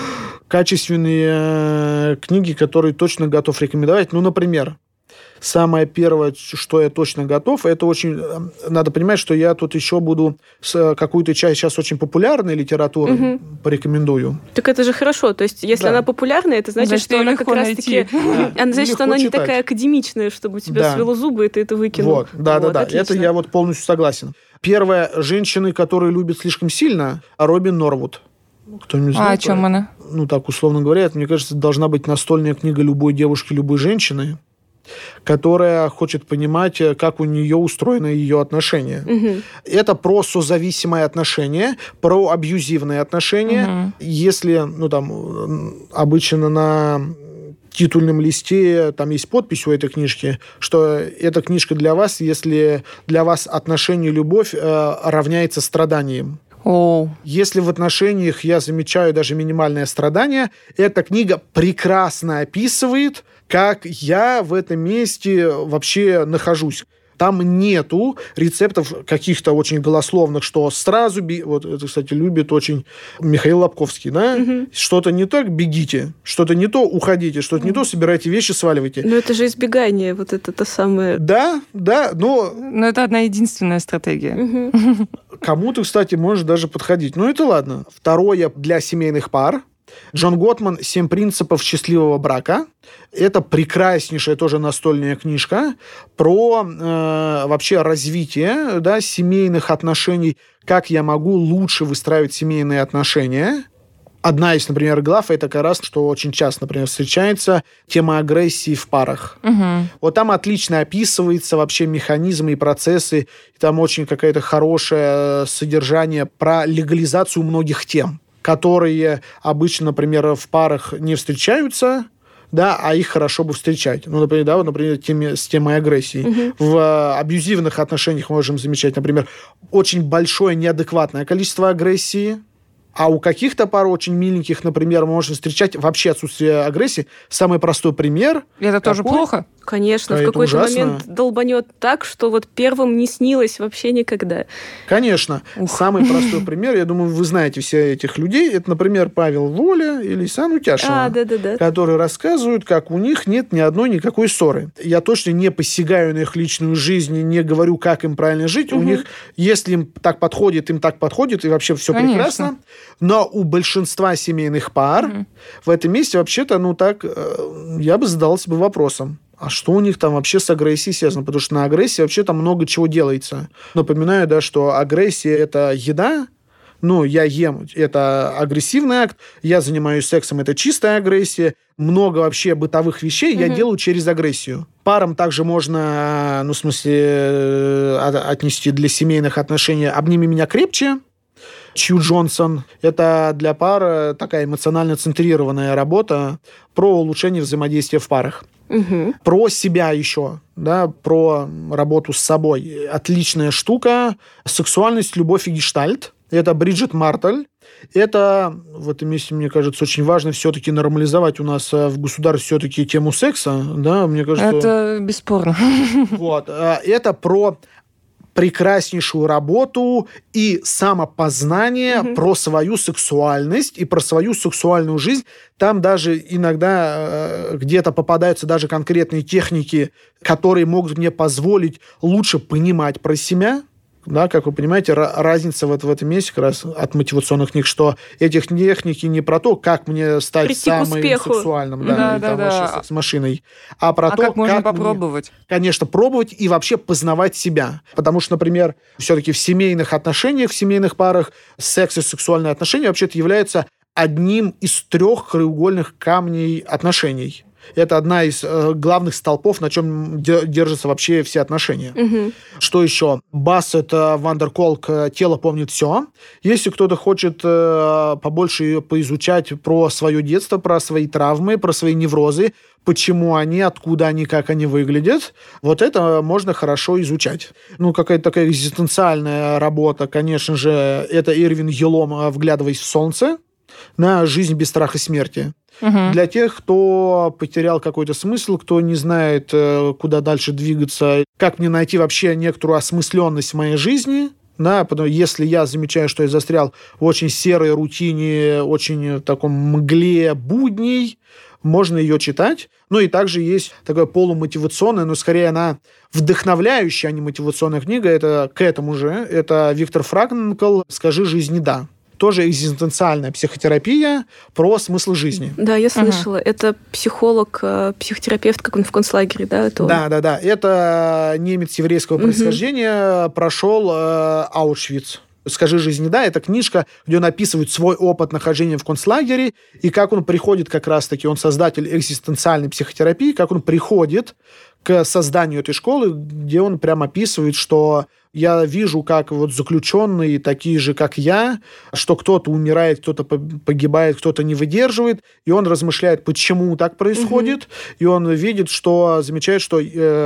Качественные книги, которые точно готов рекомендовать. Например, самое первое, что я точно готов, это очень... Надо понимать, что я тут еще буду какую-то часть сейчас очень популярной литературы порекомендую. Так это же хорошо. То есть, если она популярная, это значит, что она как раз-таки... Значит, что она не такая академичная, чтобы у тебя свело зубы, и ты это выкинул. Да. Это я полностью согласен. Первое. «Женщины, которые любят слишком сильно», Робин Норвуд. Кто-нибудь знает? А о чем она? Так условно говоря, мне кажется, должна быть настольная книга любой девушки, любой женщины, которая хочет понимать, как у нее устроены ее отношения. Это про созависимые отношения, про абьюзивные отношения. Если, обычно на титульном листе там есть подпись у этой книжки, что эта книжка для вас, если для вас отношения и любовь равняется страданиям. Если в отношениях я замечаю даже минимальное страдание, эта книга прекрасно описывает, как я в этом месте вообще нахожусь. Там нету рецептов каких-то очень голословных, что сразу... Вот это, кстати, любит очень Михаил Лобковский, да? Что-то не так, бегите. Что-то не то, уходите. Что-то не то, собирайте вещи, сваливайте. Но это же избегание, вот это то самое... Да, но... Но это одна единственная стратегия. Кому-то, кстати, может даже подходить. Это ладно. Второе для семейных пар. Джон Готман «7 принципов счастливого брака». Это прекраснейшая тоже настольная книжка про вообще развитие семейных отношений, как я могу лучше выстраивать семейные отношения. Одна из, например, глав, это как раз, что очень часто, например, встречается, тема агрессии в парах. Вот там отлично описывается вообще механизмы и процессы. И там очень какое-то хорошее содержание про легализацию многих тем, которые обычно, например, в парах не встречаются, а их хорошо бы встречать. Например, с темой агрессии. В абьюзивных отношениях можем замечать, например, очень большое неадекватное количество агрессии, а у каких-то пар очень миленьких, например, можно встречать вообще отсутствие агрессии. Самый простой пример. Это тоже плохо? Конечно, в какой-то момент долбанет так, что первым не снилось вообще никогда. Конечно. Самый простой пример, я думаю, вы знаете все этих людей, это, например, Павел Воля или Сан Утяшева, которые рассказывают, как у них нет ни одной никакой ссоры. Я точно не посягаю на их личную жизнь, не говорю, как им правильно жить. У них, если им так подходит, и вообще все прекрасно. Но у большинства семейных пар в этом месте вообще-то, я бы задался вопросом. А что у них там вообще с агрессией связано? Потому что на агрессии вообще там много чего делается. Напоминаю, что агрессия – это еда, я ем – это агрессивный акт, я занимаюсь сексом – это чистая агрессия. Много вообще бытовых вещей я делаю через агрессию. Парам также можно, отнести для семейных отношений «Обними меня крепче». Чью Джонсон. Это для пар такая эмоционально центрированная работа про улучшение взаимодействия в парах. Про себя еще, про работу с собой. Отличная штука. «Сексуальность, любовь и гештальт». Это Бриджит Мартель. Это в этом месте, мне кажется, очень важно все-таки нормализовать у нас в государстве все-таки тему секса. Мне кажется... Это бесспорно. Это про прекраснейшую работу и самопознание про свою сексуальность и про свою сексуальную жизнь. Там даже иногда где-то попадаются даже конкретные техники, которые могут мне позволить лучше понимать про себя. Как вы понимаете, разница в этом месте как раз от мотивационных книг, что эти техники не про то, как мне стать прийти самым сексуальным, с машиной, а про то, как можно попробовать. Конечно, пробовать и вообще познавать себя. Потому что, например, все-таки в семейных отношениях, в семейных парах секс и сексуальные отношения вообще-то являются одним из 3 краеугольных камней отношений. Это одна из главных столпов, на чем держатся вообще все отношения. Что еще? Бассет, Ван дер Колк «Тело помнит все». Если кто-то хочет побольше поизучать про свое детство, про свои травмы, про свои неврозы, почему они, откуда они, как они выглядят, вот это можно хорошо изучать. Ну, какая-то такая экзистенциальная работа, конечно же, это Ирвин Йалом «Вглядываясь в солнце», на «Жизнь без страха смерти». Для тех, кто потерял какой-то смысл, кто не знает, куда дальше двигаться, как мне найти вообще некоторую осмысленность в моей жизни, да, потому если я замечаю, что я застрял в очень серой рутине, очень в таком мгле будней, можно ее читать. Ну и также есть такая полумотивационная, но скорее она вдохновляющая, а не мотивационная книга. Это к этому же. Это Виктор Франкл «Скажи жизни да». Тоже экзистенциальная психотерапия про смысл жизни. Да, я слышала. Это психолог, психотерапевт, как он в концлагере, да? Это Да. Это немец еврейского происхождения, прошел Аушвиц. «Скажи жизни да» — это книжка, где он описывает свой опыт нахождения в концлагере и как он приходит как раз-таки, он создатель экзистенциальной психотерапии, как он приходит к созданию этой школы, где он прям описывает, что я вижу, как вот заключенные, такие же, как я, что кто-то умирает, кто-то погибает, кто-то не выдерживает, и он размышляет, почему так происходит, и он видит, что, замечает, что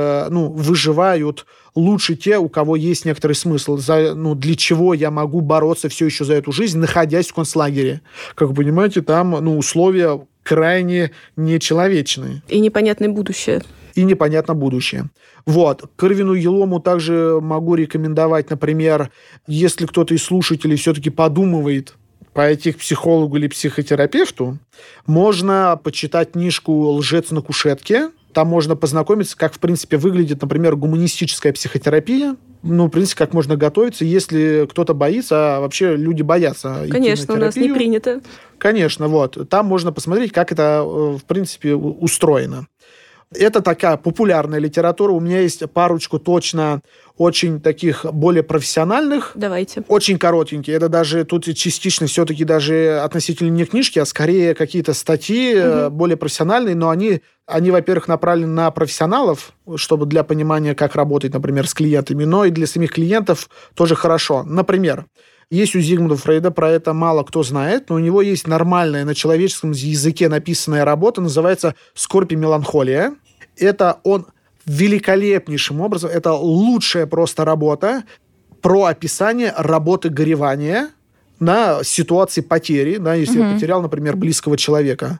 выживают лучше те, у кого есть некоторый смысл, для чего я могу бороться все еще за эту жизнь, находясь в концлагере. Как вы понимаете, там условия крайне нечеловечные. И непонятное будущее. И непонятно будущее. Вот. К Ирвину Йалому также могу рекомендовать, например, если кто-то из слушателей все-таки подумывает пойти к психологу или психотерапевту, можно почитать книжку «Лжец на кушетке». Там можно познакомиться, как, в принципе, выглядит, например, гуманистическая психотерапия. В принципе, как можно готовиться, если кто-то боится, а вообще люди боятся. Конечно, у нас не принято. Конечно, вот. Там можно посмотреть, как это, в принципе, устроено. Это такая популярная литература. У меня есть парочку точно очень таких более профессиональных. Давайте. Очень коротенькие. Это даже тут частично все-таки даже относительно не книжки, а скорее какие-то статьи более профессиональные, но они, во-первых, направлены на профессионалов, чтобы для понимания, как работать, например, с клиентами, но и для самих клиентов тоже хорошо. Например, есть у Зигмунда Фрейда, про это мало кто знает, но у него есть нормальная на человеческом языке написанная работа, называется «Скорбь и меланхолия». Это он великолепнейшим образом, это лучшая просто работа про описание работы горевания на ситуации потери, да, если я потерял, например, близкого человека.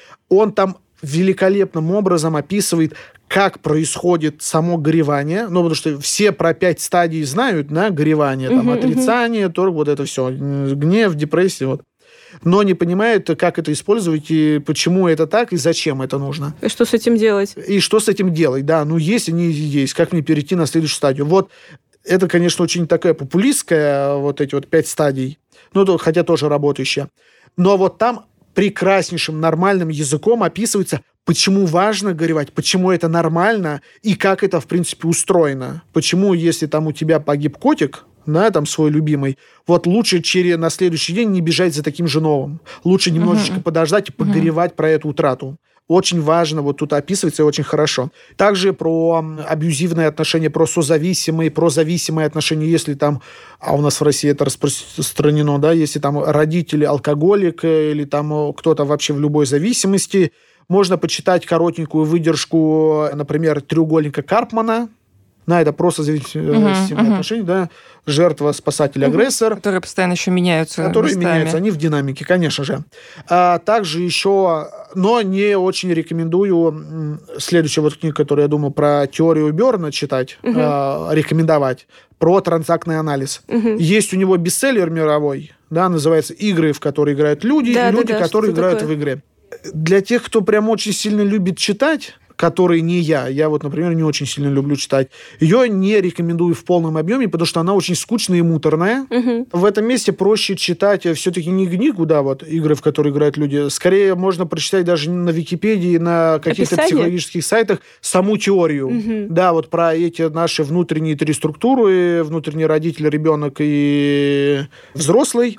Он там великолепным образом описывает, как происходит само горевание, потому что все про 5 стадий знают, да, горевание, там, отрицание, торг, вот это все, гнев, депрессия, вот. Но не понимают, как это использовать, и почему это так, и зачем это нужно. И что с этим делать? И что с этим делать, да. Есть они есть. Как мне перейти на следующую стадию? Вот это, конечно, очень такая популистская, вот эти вот 5 стадий, хотя тоже работающая. Но вот там прекраснейшим нормальным языком описывается, почему важно горевать, почему это нормально и как это, в принципе, устроено. Почему, если там у тебя погиб котик, да, там свой любимый, вот лучше на следующий день не бежать за таким же новым. Лучше немножечко подождать и погоревать про эту утрату. Очень важно, вот тут описывается и очень хорошо. Также про абьюзивные отношения, про созависимые, про зависимые отношения, если там, а у нас в России это распространено, да, если там родители алкоголик или там кто-то вообще в любой зависимости, можно почитать коротенькую выдержку, например, треугольника Карпмана. Это просто зависимые отношения, да, жертва, спасатель, агрессор. Которые постоянно еще меняются. Которые меняются, они в динамике, конечно же. Также еще, но не очень рекомендую следующая вот книга, которую я думаю про теорию Берна читать, рекомендовать, про транзактный анализ. Есть у него бестселлер мировой, да, называется «Игры, в которые играют люди, и люди, которые играют в игры». Для тех, кто прям очень сильно любит читать, который не я вот, например, не очень сильно люблю читать, ее не рекомендую в полном объеме, потому что она очень скучная и муторная. В этом месте проще читать все-таки не книгу, да, вот игры, в которые играют люди, скорее можно прочитать даже на Википедии, на каких-то психологических сайтах саму теорию. Да, вот про эти наши внутренние 3 структуры, внутренний родитель, ребенок и взрослый.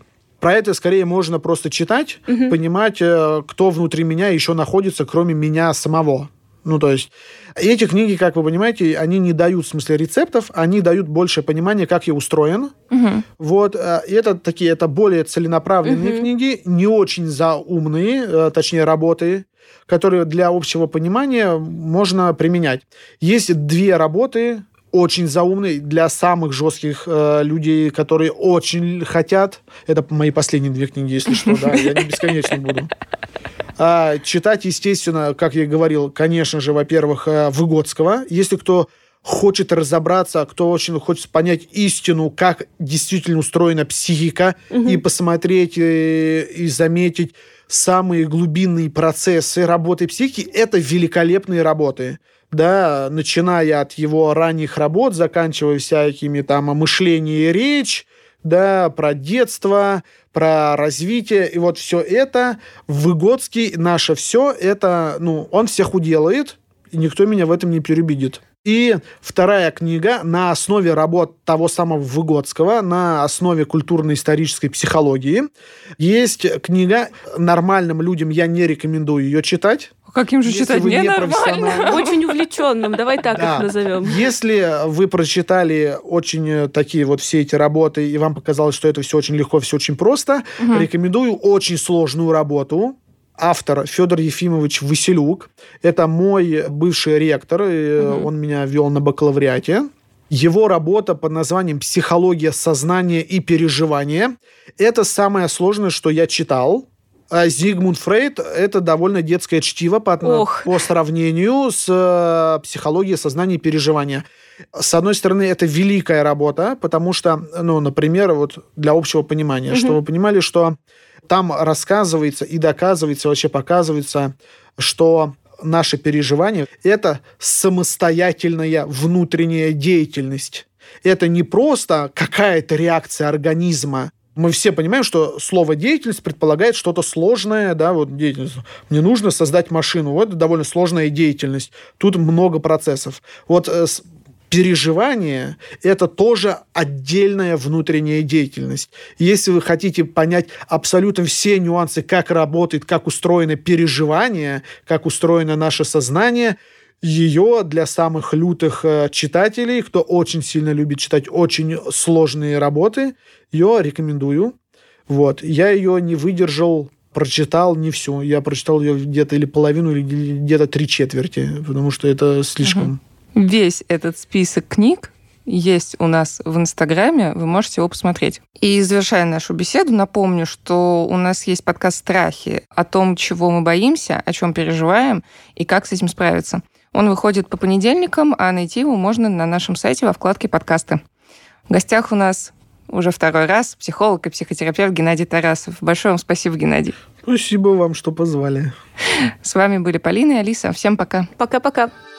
Про это скорее можно просто читать, понимать, кто внутри меня еще находится, кроме меня самого. Ну, то есть, эти книги, как вы понимаете, они не дают, в смысле, рецептов, они дают большее понимание, как я устроен. Вот, это более целенаправленные книги, не очень заумные, точнее, работы, которые для общего понимания можно применять. Есть 2 работы, очень заумные, для самых жестких людей, которые очень хотят. Это мои последние 2 книги, если что, да, я не бесконечно буду. Читать, естественно, как я и говорил, конечно же, во-первых, Выгодского. Если кто хочет разобраться, кто очень хочет понять истину, как действительно устроена психика, и посмотреть и заметить самые глубинные процессы работы психики, это великолепные работы. Да, начиная от его ранних работ, заканчивая всякими там «Мышление и речь», да, про детство, про развитие, и вот все это, Выгодский, наше все, это, он всех уделает, и никто меня в этом не переубедит. И вторая книга на основе работ того самого Выгодского, на основе культурно-исторической психологии. Есть книга, нормальным людям я не рекомендую ее читать. Каким же читать? Ненормально. Очень увлеченным, давай так их назовем. Если вы прочитали очень такие вот все эти работы, и вам показалось, что это все очень легко, все очень просто, рекомендую очень сложную работу. Автор Федор Ефимович Василюк. Это мой бывший ректор, он меня вел на бакалавриате. Его работа под названием «Психология сознания и переживания». Это самое сложное, что я читал. Зигмунд Фрейд – это довольно детское чтиво по сравнению с психологией сознания и переживания. С одной стороны, это великая работа, потому что, например, вот для общего понимания, чтобы вы понимали, что там рассказывается и доказывается, вообще показывается, что наше переживание – это самостоятельная внутренняя деятельность. Это не просто какая-то реакция организма. Мы все понимаем, что слово «деятельность» предполагает что-то сложное, да, вот деятельность. Мне нужно создать машину, вот это довольно сложная деятельность. Тут много процессов. Вот переживание – это тоже отдельная внутренняя деятельность. Если вы хотите понять абсолютно все нюансы, как работает, как устроено переживание, как устроено наше сознание, ее для самых лютых читателей, кто очень сильно любит читать очень сложные работы, ее рекомендую. Вот. Я ее не выдержал, прочитал не всю. Я прочитал ее где-то или половину, или где-то 3/4, потому что это слишком. Весь этот список книг есть у нас в Инстаграме, вы можете его посмотреть. И завершая нашу беседу, напомню, что у нас есть подкаст «Страхи» о том, чего мы боимся, о чем переживаем и как с этим справиться. Он выходит по понедельникам, а найти его можно на нашем сайте во вкладке «Подкасты». В гостях у нас уже 2-й раз психолог и психотерапевт Геннадий Тарасов. Большое вам спасибо, Геннадий. Спасибо вам, что позвали. С вами были Полина и Алиса. Всем пока. Пока-пока.